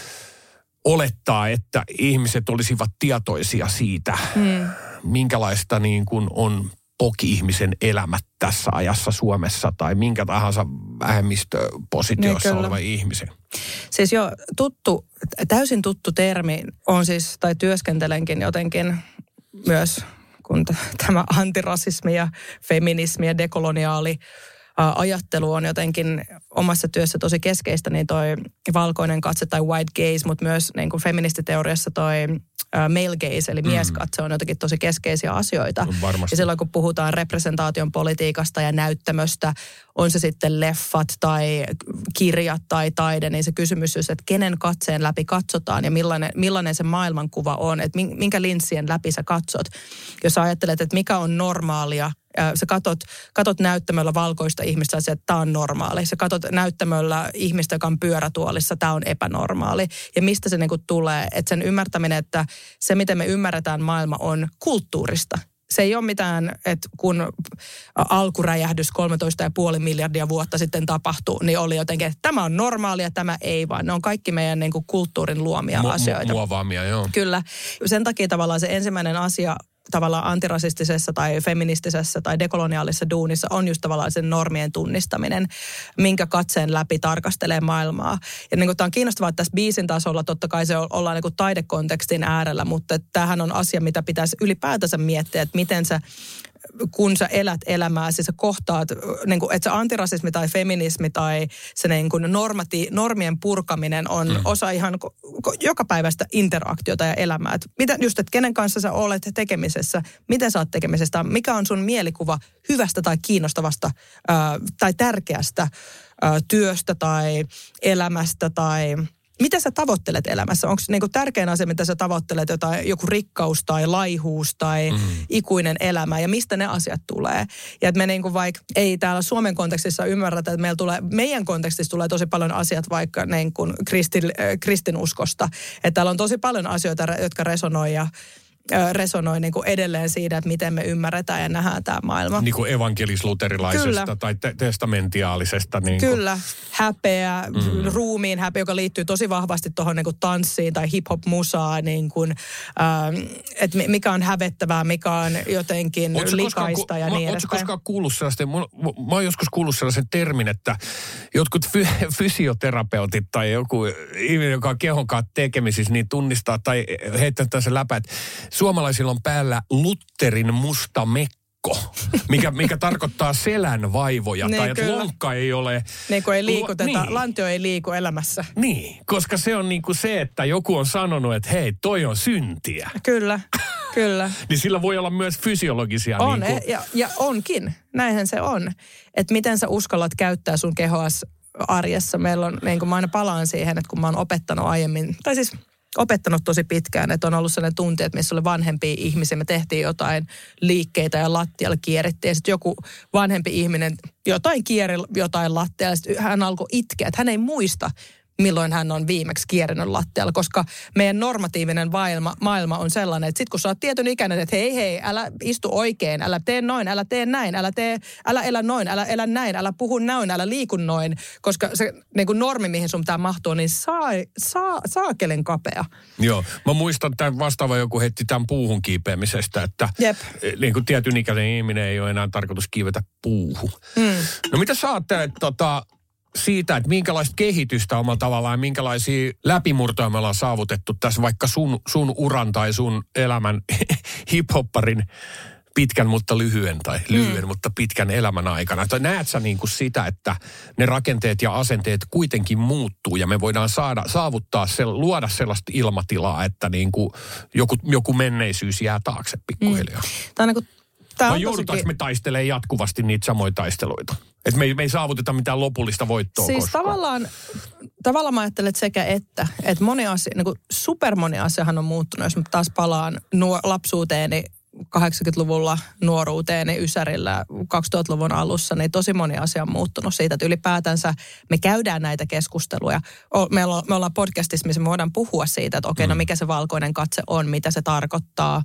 olettaa, että ihmiset olisivat tietoisia siitä, mm. minkälaista niin kuin on poki-ihmisen elämät tässä ajassa Suomessa tai minkä tahansa vähemmistöpositiossa oleva ihmisen. Siis jo tuttu, täysin tuttu termi on siis, tai työskentelenkin jotenkin myös, kun t- tämä antirasismi ja feminismi ja dekoloniaali ä, ajattelu on jotenkin omassa työssä tosi keskeistä, niin toi valkoinen katse tai white gaze, mutta myös niin kuin feministiteoriassa toi male gaze, eli mieskatse on jotenkin tosi keskeisiä asioita. Varmasti. Ja silloin kun puhutaan representaation politiikasta ja näyttämöstä, on se sitten leffat tai kirjat tai taide, niin se kysymys on, että kenen katseen läpi katsotaan ja millainen, millainen se maailmankuva on, että minkä linssien läpi sä katsot. Jos sä ajattelet, että mikä on normaalia, sä katot, katot näyttämöllä valkoista ihmistä, että tämä on normaali. Sä katot näyttämöllä ihmistä, joka on pyörätuolissa, tämä on epänormaali. Ja mistä se niinku tulee? Että sen ymmärtäminen, että se miten me ymmärretään maailma on kulttuurista. Se ei ole mitään, että kun alkuräjähdys kolmetoista pilkku viisi miljardia vuotta sitten tapahtui, niin oli jotenkin, että tämä on normaalia, tämä ei vaan. Ne on kaikki meidän niin kuin kulttuurin luomia Mu- asioita. Muovaamia, joo. Kyllä. Sen takia tavallaan se ensimmäinen asia tavallaan antirasistisessa tai feministisessä tai dekoloniaalisessa duunissa on just tavallaan sen normien tunnistaminen, minkä katseen läpi tarkastelee maailmaa. Ja niin kuin tämä on kiinnostavaa, että tässä biisin tasolla totta kai se ollaan niin kuin taidekontekstin äärellä, mutta tämähän on asia, mitä pitäisi ylipäätänsä miettiä, että miten sä kun sä elät elämää, siis sä kohtaat, niin kuin, että se antirasismi tai feminismi tai se niin kuin normati, normien purkaminen on mm. osa ihan jokapäiväistä interaktiota ja elämää. Et mitä, just, että kenen kanssa sä olet tekemisessä, miten sä oot tekemisestä, mikä on sun mielikuva hyvästä tai kiinnostavasta ää, tai tärkeästä ää, työstä tai elämästä tai mitä sä tavoittelet elämässä? Onko niinku tärkein asia, mitä sä tavoittelet, jotain, joku rikkaus tai laihuus tai mm. ikuinen elämä ja mistä ne asiat tulee? Ja että me niinku vaikka ei täällä Suomen kontekstissa ymmärretä, että meillä tulee, meidän kontekstissa tulee tosi paljon asiat vaikka niin kuin kristin, äh, kristinuskosta. Että täällä on tosi paljon asioita, jotka resonoi ja resonoi niin kuin edelleen siitä, että miten me ymmärretään ja nähdään tämä maailma. Niin kuin evankelis-luterilaisesta Kyllä. tai te- testamentiaalisesta. Niin kuin. Kyllä. Häpeä, mm. ruumiin häpeä, joka liittyy tosi vahvasti tuohon niin kuin tanssiin tai hip-hop-musaa, niin kuin, ähm, että mikä on hävettävää, mikä on jotenkin ootko likaista koskaan, ja niin edespäin. Oletko koskaan kuullut sellaista, mä, mä oon joskus kuullut sellaisen termin, että jotkut fy- fysioterapeutit tai joku ihminen, joka on kehon kanssa tekemisissä, niin tunnistaa tai heittää tässä läpä, että suomalaisilla on päällä Lutherin musta mekko, mikä, mikä tarkoittaa selän vaivoja. Niin, tai että lonkka ei ole... Niin kuin ei liikuteta, niin. lantio ei liiku elämässä. Niin, koska se on niin kuin se, että joku on sanonut, että hei, toi on syntiä. Kyllä, kyllä. Niin sillä voi olla myös fysiologisia... On, niin kuin... ja, ja onkin. Näinhän se on. Että miten sä uskallat käyttää sun kehoas arjessa. Meillä on, niin kuin mä aina palaan siihen, että kun mä oon opettanut aiemmin, tai siis... opettanut tosi pitkään, että on ollut sellainen tunti, että missä oli vanhempia ihmisiä. Me tehtiin jotain liikkeitä ja lattialla kierrettiin. Ja sitten joku vanhempi ihminen jotain kieri jotain lattialla. Sitten hän alkoi itkeä, että hän ei muista, milloin hän on viimeksi kierränyt lattialla. Koska meidän normatiivinen maailma, maailma on sellainen, että sitten kun sä oot tietyn ikäinen, että hei hei, älä istu oikein, älä tee noin, älä tee näin, älä, tee, älä elä noin, älä elä näin, älä puhu näin, älä liiku noin. Koska se niin kuin normi, mihin sun pitää mahtua, niin saa, saa, saakelen kapea. Joo, mä muistan tämän vastaava joku heitti tämän puuhun kiipeämisestä, että Jep. niin kuin tietyn ikäinen ihminen ei ole enää tarkoitus kiivetä puuhun. Mm. No mitä sä ajattelet tota... siitä, että minkälaista kehitystä omalla tavallaan ja minkälaisia läpimurtoja me ollaan saavutettu tässä vaikka sun, sun uran tai sun elämän hip-hopparin pitkän, mutta lyhyen tai lyhyen, mm. mutta pitkän elämän aikana. Tai näet sä niin kuin sitä, että ne rakenteet ja asenteet kuitenkin muuttuu ja me voidaan saada, saavuttaa, se, luoda sellaista ilmatilaa, että niin kuin joku, joku menneisyys jää taakse pikkuhiljaa. Mm. Tämä on niin kuin Tämä vai joudutaanko me taistelemaan jatkuvasti niitä samoja taisteluita? Että me ei, me ei saavuteta mitään lopullista voittoa siis koskaan. tavallaan, tavallaan mä ajattelen että sekä että. Että moni asia, niin kuin super moni asiahan on muuttunut. Jos mä taas palaan nuor- lapsuuteeni kahdeksankymmentäluvulla, nuoruuteeni Ysärillä kaksituhattaluvun alussa, niin tosi moni asia on muuttunut siitä, että ylipäätänsä me käydään näitä keskusteluja. Me ollaan, me ollaan podcastissa, missä me voidaan puhua siitä, että okei, okay, no mikä se valkoinen katse on, mitä se tarkoittaa,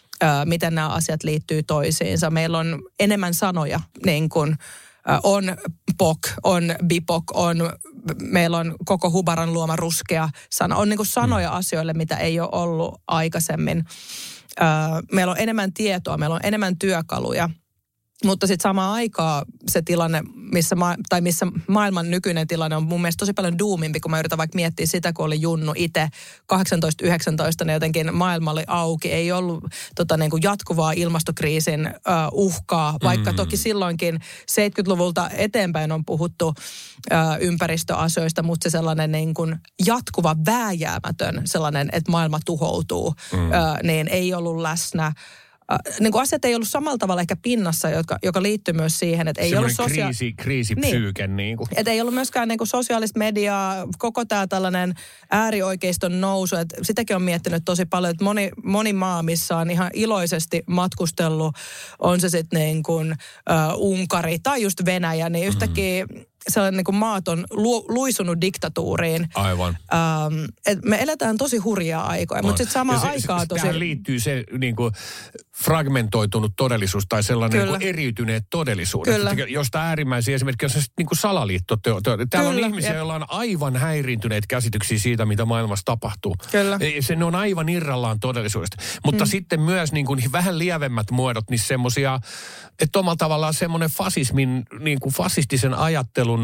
miten nämä asiat liittyy toisiinsa. Meillä on enemmän sanoja, niin kuin on P O C, on B I P O C, on, meillä on koko Hubaran luoma ruskea sana. On niin kuin sanoja asioille, mitä ei ole ollut aikaisemmin. Meillä on enemmän tietoa, meillä on enemmän työkaluja. Mutta sitten samaan aikaan se tilanne, missä, ma- tai missä maailman nykyinen tilanne on mun mielestä tosi paljon doomimpi, kun mä yritän vaikka miettiä sitä, kun oli junnu itse kahdeksantoista yhdeksäntoista, niin jotenkin maailma oli auki. Ei ollut tota, niin kuin jatkuvaa ilmastokriisin uh, uhkaa, vaikka mm. toki silloinkin seitsemänkymmentäluvulta eteenpäin on puhuttu uh, ympäristöasioista, mutta se sellainen niin kuin jatkuva vääjäämätön sellainen, että maailma tuhoutuu, mm. uh, niin ei ollut läsnä. Niin kuin asiat ei ollut samalla tavalla ehkä pinnassa, joka, joka liittyy myös siihen, että ei ollut sosia- kriisi, kriisipsyyke. Niin. Niin kuin. Että ei ollut myöskään niin kuin sosiaalista mediaa, koko tämä tällainen äärioikeiston nousu. Että sitäkin on miettinyt tosi paljon, että moni, moni maa, missä on ihan iloisesti matkustellut, on se sitten niin kuin uh, Unkari tai just Venäjä, niin yhtäkkiä mm. sellainen niin kuin maat on lu, luisunut diktatuuriin. Aivan. Um, et me eletään tosi hurjaa aikoja, mutta sitten samaan aikaan tosi... Tähän liittyy se niin kuin fragmentoitunut todellisuus tai sellainen niin kuin eriytyneet todellisuudet. Kyllä. Josta äärimmäisiä esimerkiksi on se niin kuin salaliitto. Täällä Kyllä. on ihmisiä, joilla on aivan häiriintyneet käsityksiä siitä, mitä maailmassa tapahtuu. Kyllä. Se, ne on aivan irrallaan todellisuudesta. Mutta mm. sitten myös niin kuin vähän lievemmät muodot, niin semmoisia, että omalla tavallaan semmoinen fasismin, niin kuin fasistisen ajattelun,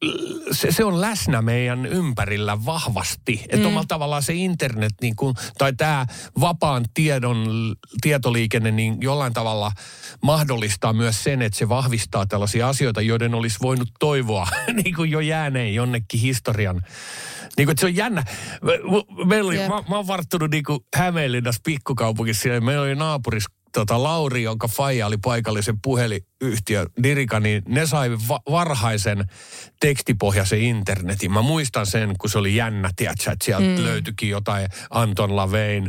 se, se on läsnä meidän ympärillä vahvasti. Että mm. omalla tavallaan se internet niin kuin, tai tämä vapaan tiedon, tietoliikenne niin jollain tavalla mahdollistaa myös sen, että se vahvistaa tällaisia asioita, joiden olisi voinut toivoa niin kuin jo jääneen jonnekin historian. Niin kuin, että se on jännä. Meillä oli, yep. mä, mä oon varttunut niin kuin Hämeenlinnassa pikkukaupungissa, ja meillä oli naapurissa tota, Lauri, jonka faija oli paikallisen puhelinyhtiön Dirika, niin ne sai va- varhaisen tekstipohjaisen internetin. Mä muistan sen, kun se oli jännä, tiedätkö, että sieltä mm. löytyikin jotain Anton LaVeyn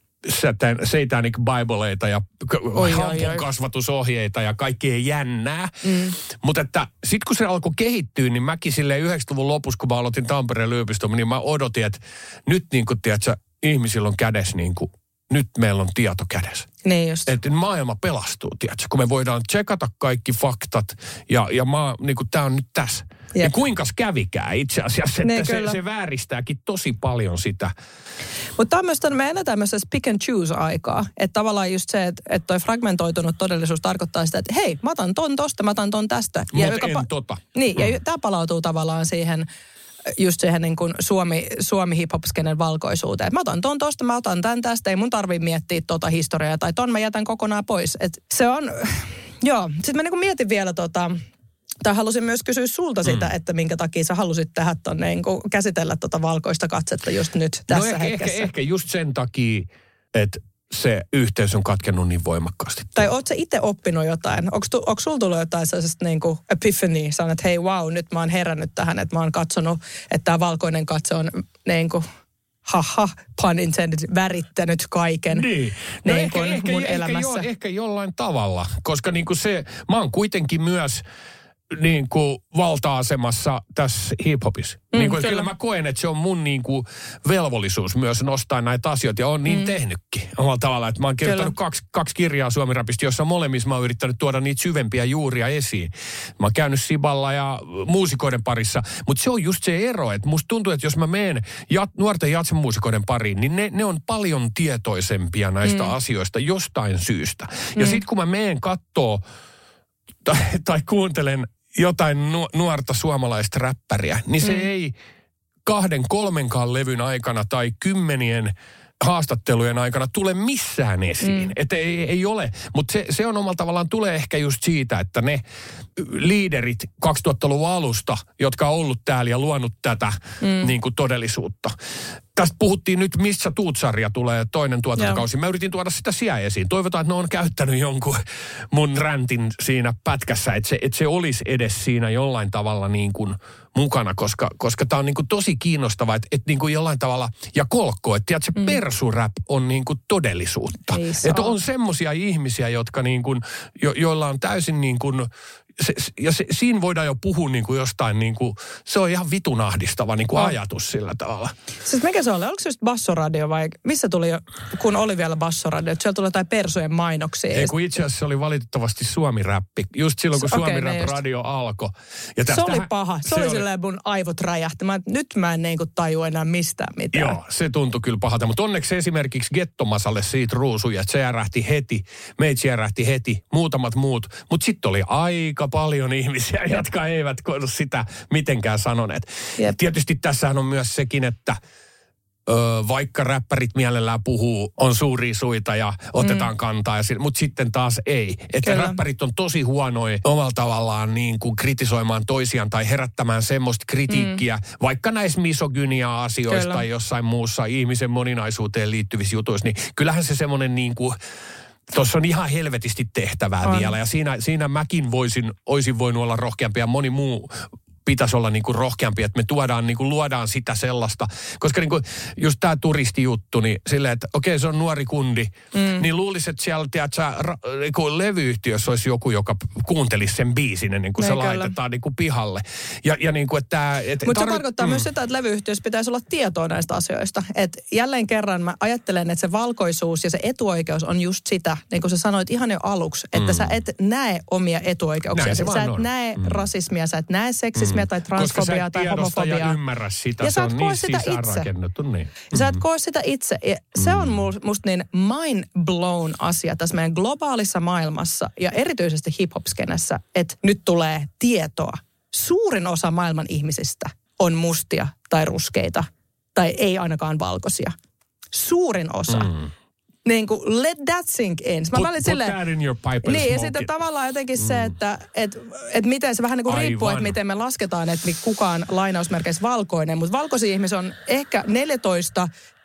Satanic Bibleita ja hampun kasvatusohjeita ja kaikkea jännää. Mm. Mutta että sit kun se alkoi kehittyä, niin mäkin silleen yhdeksänkymmentäluvun lopussa, kun mä aloitin Tampereen yliopistoon, niin mä odotin, että nyt niin kuin, tiedätkö, ihmisillä on kädessä niin kuin, nyt meillä on tieto kädessä. Niin just. Että maailma pelastuu, tiedätkö, kun me voidaan tsekata kaikki faktat ja, ja maa, niin kuin tää on nyt tässä. Jep. Ja kuinkas kävikään itse asiassa, että se, se vääristääkin tosi paljon sitä. Mutta tämmöistä, me eletään myös pick and choose aikaa. Että tavallaan just se, että, että toi fragmentoitunut todellisuus tarkoittaa sitä, että hei, mä otan ton tosta, mä otan ton tästä. Mutta en pa- tota. Niin, mm. ja tämä palautuu tavallaan siihen, just siihen niin kuin Suomi, Suomi hip-hop-skenen valkoisuuteen. Mä otan ton tosta, mä otan tän tästä, ei mun tarvii miettiä tota historiaa, tai ton mä jätän kokonaan pois. Et se on, joo. Sitten mä niin kuin mietin vielä tota, tai halusin myös kysyä sulta sitä, mm. että minkä takia sä halusit tehdä tonne, niin kuin käsitellä tota valkoista katsetta just nyt tässä no ehkä, hetkessä. Ehkä, ehkä just sen takia, että se yhteys on katkennut niin voimakkaasti. Tai ootko sä itse oppinut jotain? Onko, onko sulla tullut jotain sellaisesta niin kuin epiphany? Sanoit, että hei wow, nyt mä oon herännyt tähän, että mä oon katsonut, että tämä valkoinen katse on niin kuin haha, pun intended, värittänyt kaiken niin. No niin ehkä, kuin ehkä, mun ehkä, elämässä. Jo, ehkä jollain tavalla, koska niin kuin se, mä oon kuitenkin myös niin kuin valta-asemassa tässä hip-hopissa. Mm, niin kuin, kyllä. kyllä mä koen, että se on mun niin kuin velvollisuus myös nostaa näitä asioita, ja on niin mm. tehnytkin omalla tavalla, että mä oon kirjoittanut kaksi, kaksi kirjaa Suomi-rapista, jossa molemmissa mä oon yrittänyt tuoda niitä syvempiä juuria esiin. Mä oon käynyt Siballa ja muusikoiden parissa, mutta se on just se ero, että musta tuntuu, että jos mä menen jat, nuorten jatsemuusikoiden pariin, niin ne, ne on paljon tietoisempia näistä mm. asioista jostain syystä. Mm. Ja sit kun mä menen kattoo tai, tai kuuntelen jotain nu- nuorta suomalaista räppäriä, niin se mm. ei kahden, kolmenkaan levyn aikana tai kymmenien haastattelujen aikana tule missään esiin. Mm. Että ei, ei ole. Mutta se, se on omalla tavallaan tulee ehkä just siitä, että ne liiderit kaksituhattaluvun alusta, jotka on ollut täällä ja luonut tätä mm. niin kuin todellisuutta. Tästä puhuttiin nyt, missä tuut-sarja tulee toinen tuotantokausi. Mä yritin tuoda sitä siellä esiin. Toivotaan, että ne on käyttänyt jonkun mun räntin siinä pätkässä, että se, että se olisi edes siinä jollain tavalla niin kuin mukana, koska, koska tämä on niin kuin tosi kiinnostavaa, että, että niin kuin jollain tavalla, ja kolkko, että tiedät, se mm. persurap on niin kuin todellisuutta. Että on semmoisia ihmisiä, jotka niin kuin, jo, joilla on täysin niin kuin, se, ja se, siinä voidaan jo puhua niin kuin jostain, niin kuin, se on ihan vitun ahdistava niin kuin ajatus sillä tavalla. Siis mikä se oli? Oliko se just Bassoradio vai missä tuli, kun oli vielä Bassoradio, että siellä tuli jotain persujen mainoksia? Ei, kun itse asiassa se oli valitettavasti Suomi-räppi. Just silloin, kun okay, Suomi-rap-radio alkoi. Ja se oli paha. Se, se oli, oli silleen mun aivot räjähti. Mä, nyt mä en niin kuin tajua enää mistään mitään. Joo, se tuntui kyllä pahalta. Mutta onneksi esimerkiksi Gettomasalle siitä ruusuja, että se järähti heti. Meitsi järähti heti. Muutamat muut. Mutta sitten oli aika paljon ihmisiä, jotka eivät sitä mitenkään sanoneet. Jep. Tietysti tässähän on myös sekin, että Öö, vaikka räppärit mielellään puhuu, on suuria suita ja otetaan mm. kantaa, mutta sitten taas ei. Että Kyllä. räppärit on tosi huonoja omalla tavallaan niin kuin kritisoimaan toisiaan tai herättämään semmoista kritiikkiä, mm. vaikka näissä misogynia-asioista Kyllä. tai jossain muussa ihmisen moninaisuuteen liittyvissä jutuissa, niin kyllähän se semmoinen niin kuin tuossa on ihan helvetisti tehtävää on. vielä ja siinä, siinä mäkin voisin, olisin voinut olla rohkeampi ja moni muu pitäisi olla niinku rohkeampi, että me tuodaan, niinku luodaan sitä sellaista. Koska niinku just tämä turistijuttu, niin silleen, että okei, okay, se on nuori kundi, mm. niin luulisi, että siellä, tiedätkö, ra- niinku levyyhtiössä olisi joku, joka kuuntelisi sen biisin ennen kuin se kyllä. laitetaan niinku pihalle. Ja, ja niinku, että et, Mutta tarvi- se tarkoittaa mm. myös sitä, että levyyhtiössä pitäisi olla tietoa näistä asioista. Että jälleen kerran mä ajattelen, että se valkoisuus ja se etuoikeus on just sitä, niin kuin sä sanoit ihan jo aluksi, että mm. sä et näe omia etuoikeuksia. Sä et on. näe mm. rasismia, sä et näe seksismiä, tai transfobiaa tai homofobiaa. Ja ymmärrä sitä, ja se on niin sisäänrakennettu. Niin. Mm-hmm. Sä et koe sitä itse. Ja se on musta niin mind blown asia tässä meidän globaalissa maailmassa ja erityisesti hip-hop-skenessä, että nyt tulee tietoa. Suurin osa maailman ihmisistä on mustia tai ruskeita tai ei ainakaan valkoisia. Suurin osa. Mm. Niin kuin, let that sink in. Mä put, put silleen, that in your pipe niin, ja sitten tavallaan jotenkin mm. se, että et, et miten se vähän niin kuin riippuu, että miten me lasketaan, että kukaan lainausmerkeissä valkoinen. Mutta valkoisia ihmisiä on ehkä neljätoista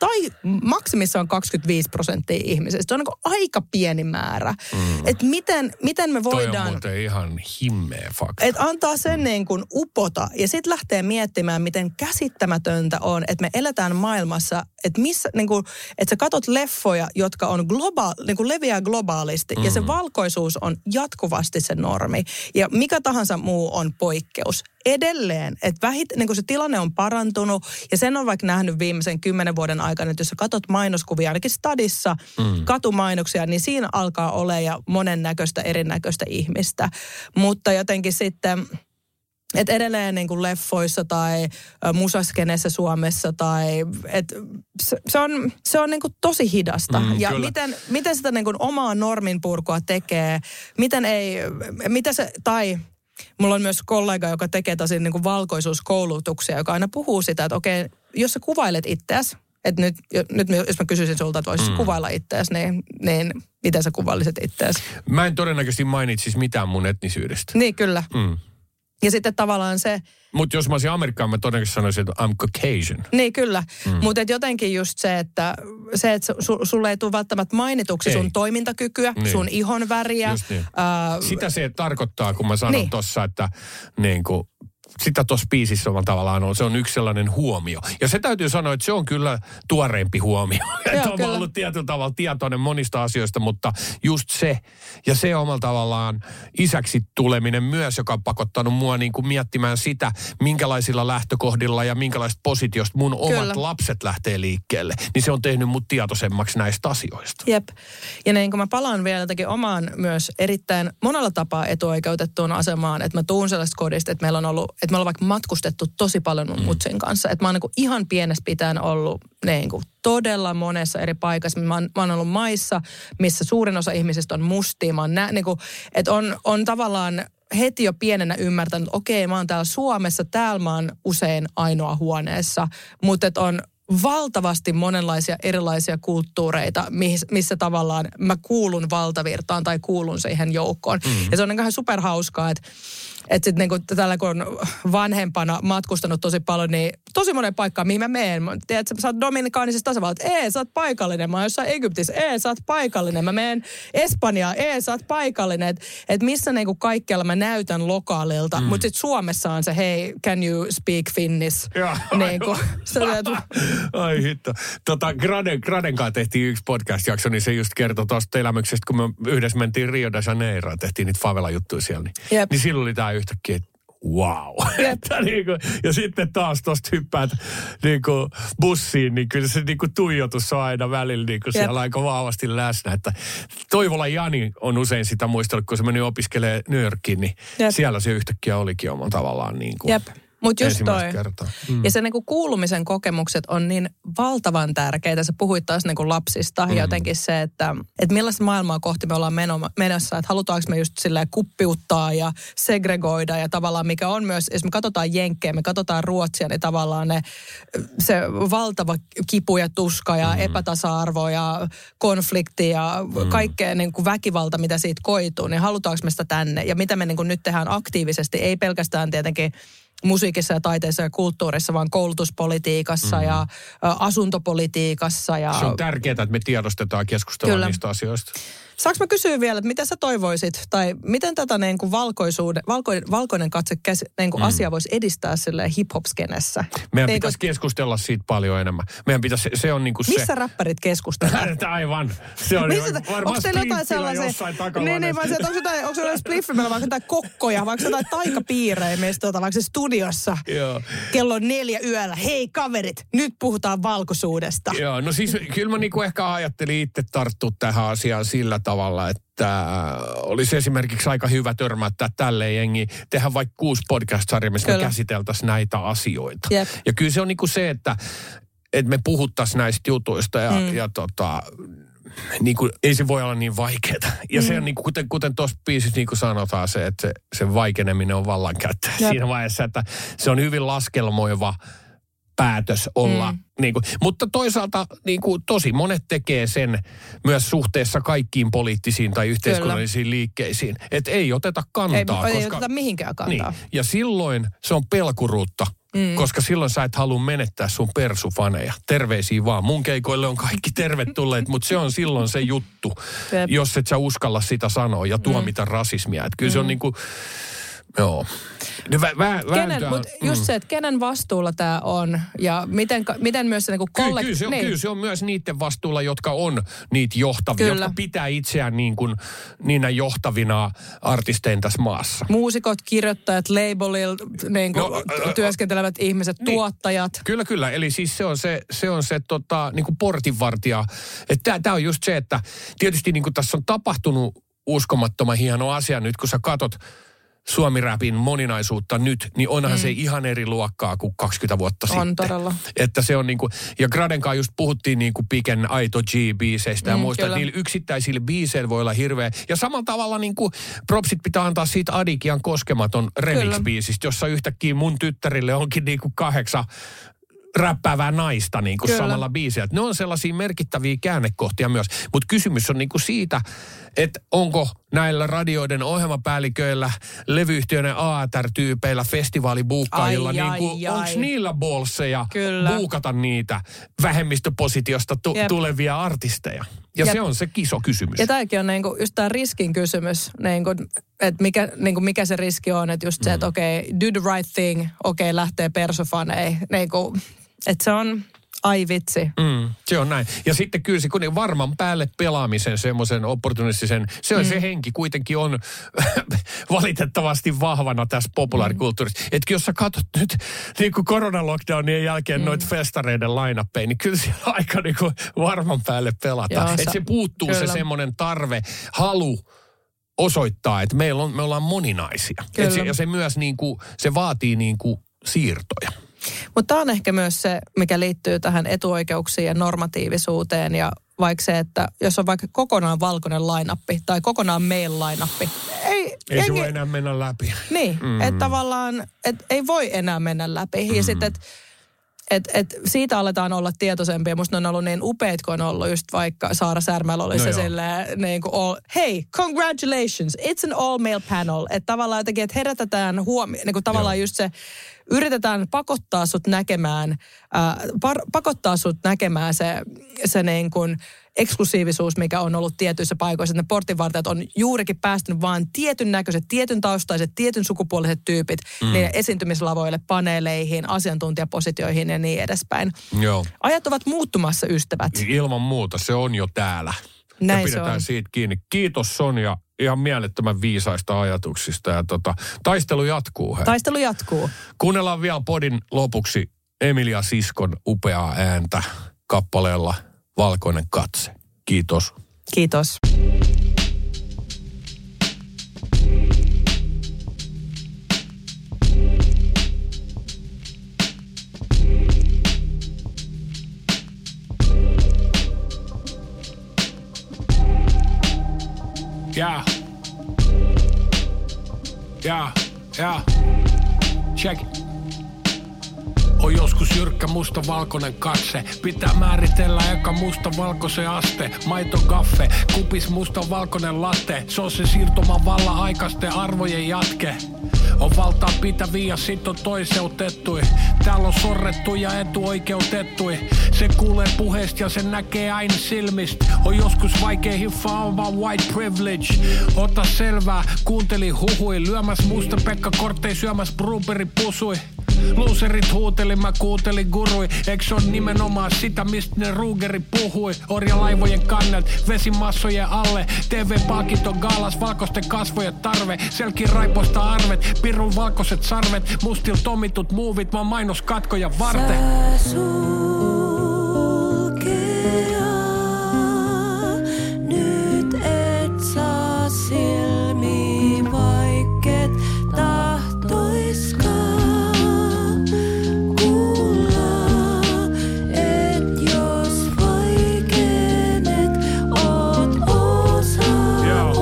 tai maksimissaan kaksikymmentäviisi prosenttia ihmisistä. Se on niin aika pieni määrä. Mm. Että miten, miten me voidaan... Toi on muuten ihan himmeä fakta. Että antaa sen niin kuin upota ja sitten lähtee miettimään, miten käsittämätöntä on, että me eletään maailmassa, että missä, niin kuin, että sä katot leffoja, jotka on globa- niin kuin leviää globaalisti mm. ja se valkoisuus on jatkuvasti se normi. Ja mikä tahansa muu on poikkeus. Edelleen, että vähit, niin kuin se tilanne on parantunut ja sen on vaikka nähnyt viimeisen kymmenen vuoden aikana, että jos sä katot mainoskuvia ainakin stadissa, mm. katumainoksia, niin siinä alkaa olla ja monennäköistä erinäköistä ihmistä. Mutta jotenkin sitten... Että edelleen niin kuin leffoissa tai musaskenessä Suomessa tai et se, se on, se on niin kuin tosi hidasta. Mm, ja miten, miten sitä niin kuin omaa norminpurkua tekee, miten ei, mitä se, tai mulla on myös kollega, joka tekee tosi niin kuin valkoisuuskoulutuksia, joka aina puhuu sitä, että okei, jos sä kuvailet itseäsi, että nyt, nyt jos mä kysyisin sulta, että voisit mm. kuvailla itseäsi, niin, niin miten sä kuvailisit itseäsi? Mä en todennäköisesti mainitsisi mitään mun etnisyydestä. Niin, kyllä. Mm. Ja sitten tavallaan se... Mutta jos mä olisin Amerikkaan, mä todennäköisesti sanoisin, että I'm Caucasian. Niin, kyllä. Mm. Mutta jotenkin just se, että, se, että su, sulle ei tule välttämättä mainituksi ei. sun toimintakykyä, niin. sun ihon väriä. Niin. Äh, Sitä se tarkoittaa, kun mä sanon niin. tossa, että niin kuin, sitä tuossa biisissä on tavallaan on. Se on yksi sellainen huomio. Ja se täytyy sanoa, että se on kyllä tuoreempi huomio. Että on kyllä. ollut tietyllä tavalla tietoinen monista asioista, mutta just se. Ja se omalla tavallaan isäksi tuleminen myös, joka on pakottanut mua niin kuin miettimään sitä, minkälaisilla lähtökohdilla ja minkälaisesta positiosta mun kyllä. omat lapset lähtee liikkeelle. Niin se on tehnyt mut tietoisemmaksi näistä asioista. Jep. Ja niin kun mä palaan vielä jotenkin omaan myös erittäin monella tapaa etuoikeutettuun asemaan, että mä tuun sellaista kodista, että meillä on ollut että me ollaan vaikka matkustettu tosi paljon mun mutsin kanssa. Että mä oon niin kuin ihan pienestä pitäen ollut niin kuin todella monessa eri paikassa. Mä oon, mä oon ollut maissa, missä suurin osa ihmisistä on mustia. Mä oon nä, niin kuin, että on, on tavallaan heti jo pienenä ymmärtänyt, että okei, mä oon täällä Suomessa, täällä mä oon usein ainoa huoneessa. Mutta että on valtavasti monenlaisia erilaisia kulttuureita, missä tavallaan mä kuulun valtavirtaan tai kuulun siihen joukkoon. Mm. Ja se on ihan superhauskaa, että Että sitten niinku tällä kun on vanhempana matkustanut tosi paljon, niin tosi monen paikkaan, mihin mä menen. Tiedätkö, sä oot Dominikaanisessa tasavallassa, ee, sä oot paikallinen. Mä oon jossain Egyptissä, ee, sä oot paikallinen. Mä menen Espanjaan, ee, sä oot paikallinen. Että et missä niinku kaikkialla mä näytän lokaalilta. Mm. Mutta sitten Suomessa on se, hei, can you speak Finnish? Niinku, ai hitto. Tota, Graden, Graden kanssa tehtiin yksi podcast-jakso, niin se just kertoi tuosta elämyksestä, kun me yhdessä mentiin Rio de Janeiroon, tehtiin niitä favela-juttuja siellä. Niin, niin silloin oli tää yhtäkkiä, että wow. että niin kuin, ja sitten taas tuosta hyppäät niin kuin bussiin, niin kyllä se niin kuin tuijotus on aina välillä niin kuin siellä aika vahvasti läsnä. Että Toivola Jani on usein sitä muistellut, kun se meni opiskelemaan New Yorkiin, niin Jep. siellä se yhtäkkiä olikin omalla tavallaan niin kuin Jep. Mutta just toi. Mm. Ja se niinku kuulumisen kokemukset on niin valtavan tärkeitä. Sä puhuit taas niinku lapsista mm. ja jotenkin se, että et millaista maailmaa kohti me ollaan menossa. Että halutaanko me just silleen kuppiuttaa ja segregoida ja tavallaan mikä on myös, jos me katsotaan Jenkkejä, me katsotaan Ruotsia, niin tavallaan ne, se valtava kipu ja tuska ja mm. epätasa-arvo ja konflikti ja mm. kaikkea niinku väkivalta, mitä siitä koituu, niin halutaanko me sitä tänne. Ja mitä me niinku nyt tehdään aktiivisesti, ei pelkästään tietenkin musiikissa ja taiteessa ja kulttuurissa, vaan koulutuspolitiikassa mm. ja ä, asuntopolitiikassa. Ja... Se on tärkeää, että me tiedostetaan ja keskustellaan Kyllä. niistä asioista. Saanko mä kysyä vielä, että mitä sä toivoisit, tai miten tätä niin kuin valkoisuuden, valko, valkoinen katse niin kuin mm. asia voisi edistää silleen hip-hop-skenessä? Meidän niin pitäisi kun... keskustella siitä paljon enemmän. Meidän pitäisi, se on niin kuin se... Missä räppärit keskustelevat? Aivan. Se on Missä, varmaan spliffillä jossain takahuoneessa. Niin, niin, mä se, että onko jotain, onko jotain spliffimellä vaikka jotain kokkoja, vaikka jotain taikapiirejä meistä tuota, vaikka se studiossa. Joo. Kello neljä yöllä. Hei kaverit, nyt puhutaan valkoisuudesta. Joo, no siis kyllä mä niinku ehkä ajattelin itse tarttua tähän asiaan sillä tavalla, että olisi esimerkiksi aika hyvä törmättää tälleen jengi, tehdä vaikka kuusi podcast-sarjaa, missä me käsiteltäisiin näitä asioita. Jep. Ja kyllä se on niinku se, että, että me puhuttaisiin näistä jutuista ja, mm. ja tota... Niin kuin, ei se voi olla niin vaikeaa. Ja mm. se on niin kuin, kuten, kuten tuossa biisissä niin kuin sanotaan se, että se, se vaikeneminen on vallankäyttö. Siinä vaiheessa, että se on hyvin laskelmoiva päätös olla. Mm. Niin kuin, mutta toisaalta niin kuin, tosi monet tekee sen myös suhteessa kaikkiin poliittisiin tai yhteiskunnallisiin Kyllä. liikkeisiin. Että ei oteta kantaa. Ei, koska, ei oteta mihinkään kantaa. Niin, ja silloin se on pelkuruutta Mm. Koska silloin sä et halua menettää sun persufaneja. Terveisiä vaan. Mun keikoille on kaikki tervetulleet, mutta se on silloin se juttu, Jep. jos et sä uskalla sitä sanoa ja tuomita mm. rasismia. Että kyllä mm. se on niinku, joo. Vä, vä, kenen, mut just mm. se, että kenen vastuulla tämä on ja miten, miten myös se niinku kollektiivinen. Kyllä, kyllä, se on, niin. kyllä se on myös niiden vastuulla, jotka on niitä johtavia, kyllä. jotka pitää itseään niin kuin niinä johtavina artisteina tässä maassa. Muusikot, kirjoittajat, labelilla niin kuin no, työskentelevät äh, ihmiset, niin. tuottajat. Kyllä, kyllä. Eli siis se on se, se, on se tota, niin kuin portinvartija. Tämä on just se, että tietysti niin kuin tässä on tapahtunut uskomattoman hieno asia nyt, kun sä katot Suomi-räpin moninaisuutta nyt, niin onhan mm. se ihan eri luokkaa kuin kaksikymmentä vuotta on sitten. Todella. Että se on niinku, ja Gradenkaan just puhuttiin niinku Piken Aito G-biiseistä ja mm, muista, että niillä yksittäisillä biiseillä voi olla hirveä. Ja samalla tavalla niinku propsit pitää antaa siitä Adikian Koskematon remix-biisistä, jossa yhtäkkiä mun tyttärille onkin niinku kahdeksan räppäävää naista niin kuin samalla biisillä. Ne on sellaisia merkittäviä käännekohtia myös. Mutta kysymys on niin kuin siitä, että onko näillä radioiden ohjelmapäälliköillä, levyyhtiöiden A T R-tyypeillä, festivaalibuukkaajilla, niin onko niillä bolseja buukata niitä vähemmistöpositiosta tu- tulevia artisteja? Ja, ja se on se iso kysymys. Ja tämäkin on niinku just tämä riskin kysymys, niinku, että mikä, niinku mikä se riski on, että just se, mm. että okei, okay, do the right thing, okei, okay, lähtee persofaneihin, niinku, että se on... Ai vitsi. Mm, se on näin. Ja sitten kyllä se kun varman päälle pelaamisen semmoisen opportunistisen, se on mm. se henki kuitenkin on valitettavasti vahvana tässä populaarikulttuurissa. Mm. Että jos sä katsot nyt niin kuin koronalockdownien jälkeen mm. noita festareiden line-uppeja, niin kyllä siellä aika niin kuin varman päälle pelata. Että se puuttuu kyllä. se semmoinen tarve, halu osoittaa, että meillä on, me ollaan moninaisia. Se, ja se myös niin kuin, se vaatii niin kuin siirtoja. Mutta tämä on ehkä myös se, mikä liittyy tähän etuoikeuksiin ja normatiivisuuteen ja vaikka se, että jos on vaikka kokonaan valkoinen line-appi tai kokonaan male line-appi. Ei, ei jengi... se voi enää mennä läpi. Niin, mm. että tavallaan, että ei voi enää mennä läpi. Mm. Ja sitten, että et, et siitä aletaan olla tietoisempia. Musta ne on ollut niin upeat, kun on ollut just vaikka Saara Särmällä oli no se silleen, niin kuin all, hey, congratulations, it's an all male panel. Että tavallaan jotenkin, että herätetään huomioon, niin kuin tavallaan joo. just se, yritetään pakottaa sut näkemään, äh, par, pakottaa sut näkemään se, se niin kuin eksklusiivisuus, mikä on ollut tietyissä paikoissa. Että ne portinvartijat on juurikin päästynyt vaan tietyn näköiset, tietyn taustaiset, tietyn sukupuoliset tyypit mm. niiden esiintymislavoille, paneeleihin, asiantuntijapositioihin ja niin edespäin. Joo. Ajat ovat muuttumassa, ystävät. Ilman muuta, se on jo täällä. Näin ja pidetään siitä kiinni. Kiitos Sonja ihan mielettömän viisaista ajatuksista. Ja tota, taistelu jatkuu. Hei. Taistelu jatkuu. Kuunnellaan vielä podin lopuksi Emilia Siskon upeaa ääntä kappaleella Valkoinen katse. Kiitos. Kiitos. Yeah. Yeah, yeah. Check it. On joskus jyrkkä musta-valkoinen katse. Pitää määritellä eka musta-valkoisen aste. Maito gaffe, kupis musta-valkoinen latte. Se on se siirtoman vallan aikaisten arvojen jatke. On valtaa pitäviä ja sit on toiseutettui. Täällä on sorrettu ja etuoikeutettui. Se kuulee puheesta ja se näkee aina silmistä. On joskus vaikea hiffaa on vaan white privilege. Ota selvää, kuuntelin huhui. Lyömäs musta Pekka Korttei syömäs Bruberi pusui. Loserit huuteli, mä kuuntelin gurui. Eikö se on nimenomaan sitä, mistä ne Rugeri puhui? Orjalaivojen kannelt, vesimassojen alle. T V-paakit on gaalas, valkoisten kasvojen tarve. Selkin raiposta arvet, pirun valkoiset sarvet. Mustil tomitut muuvit, vaan mainoskatkoja varten. Sä sulkea, nyt et saa silmiin vaikket tahtoiskaan.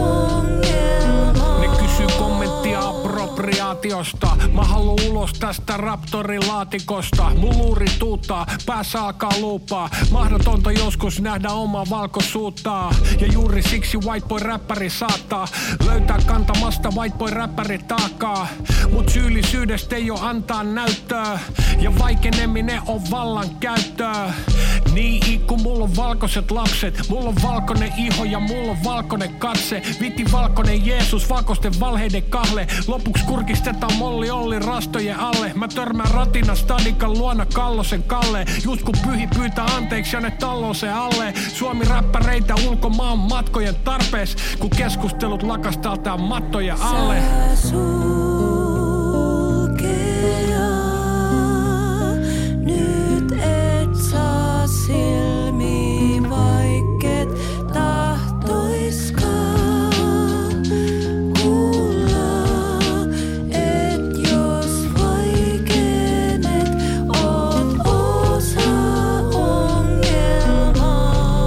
Mä haluun ulos tästä sieltä Raptorin laatikosta. Mun luuri tuuttaa, päässä alkaa luupaa. Mahdotonta joskus nähdä omaa valkoisuuttaa. Ja juuri siksi white boy räppäri saattaa löytää kantamasta white boy räppäri taakkaa. Mut syyllisyydestä ei oo antaa näyttöä. Ja vaikeneminen on vallan käyttöä. Niin kun mulla on valkoiset lapset, mulla on valkoinen iho ja mulla on valkoinen katse. Viti valkoinen Jeesus, valkoisten valheiden kahle. Lopuksi kurkistetaan Molli Olli rastojen alle. Mä törmään ratina stadikan luona Kallosen Kalle. Just kun pyhi pyytää anteeksi ja ne talloo se alle. Suomi räppäreitä ulkomaan matkojen tarpees. Kun keskustelut lakastaltaan mattojen alle. Sä sulkea, nyt et saa silmiin vaikket tahtoiskaan kuulla, et jos vaikenet, oot osa ongelmaa.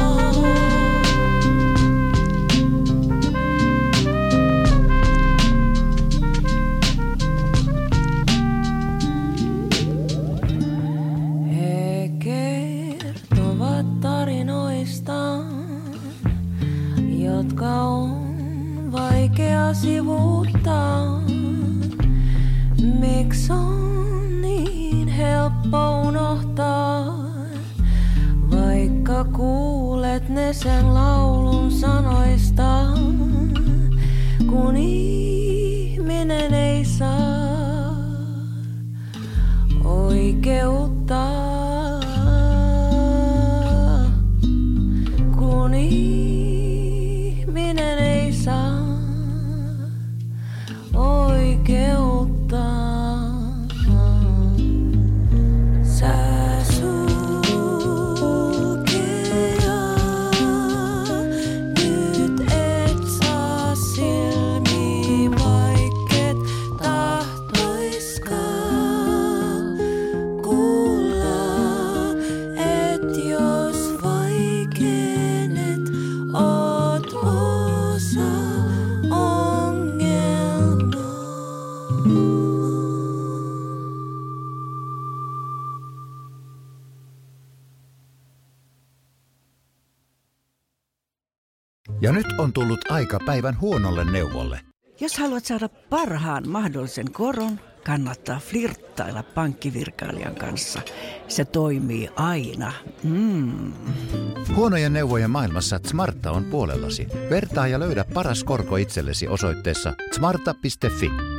He kertovat tarinoistaan, jotka on vaikea sivuuttaa. Miks on niin helppo unohtaa, vaikka kuulet ne sen laulun sanoista, kun ihminen ei saa oikeutta, kun ihminen ei saa oikeutta. Sä sulkea, nyt et saa silmiin vaikket tahtoiskaan kuulla, et jos vaikenet, oot osa ongelmaa. Ja nyt on tullut aika päivän huonolle neuvolle. Jos haluat saada parhaan mahdollisen koron, kannattaa flirttailla pankkivirkailijan kanssa. Se toimii aina. Mm. Huonojen neuvojen maailmassa Smarta on puolellasi. Vertaa ja löydä paras korko itsellesi osoitteessa smarta piste fi.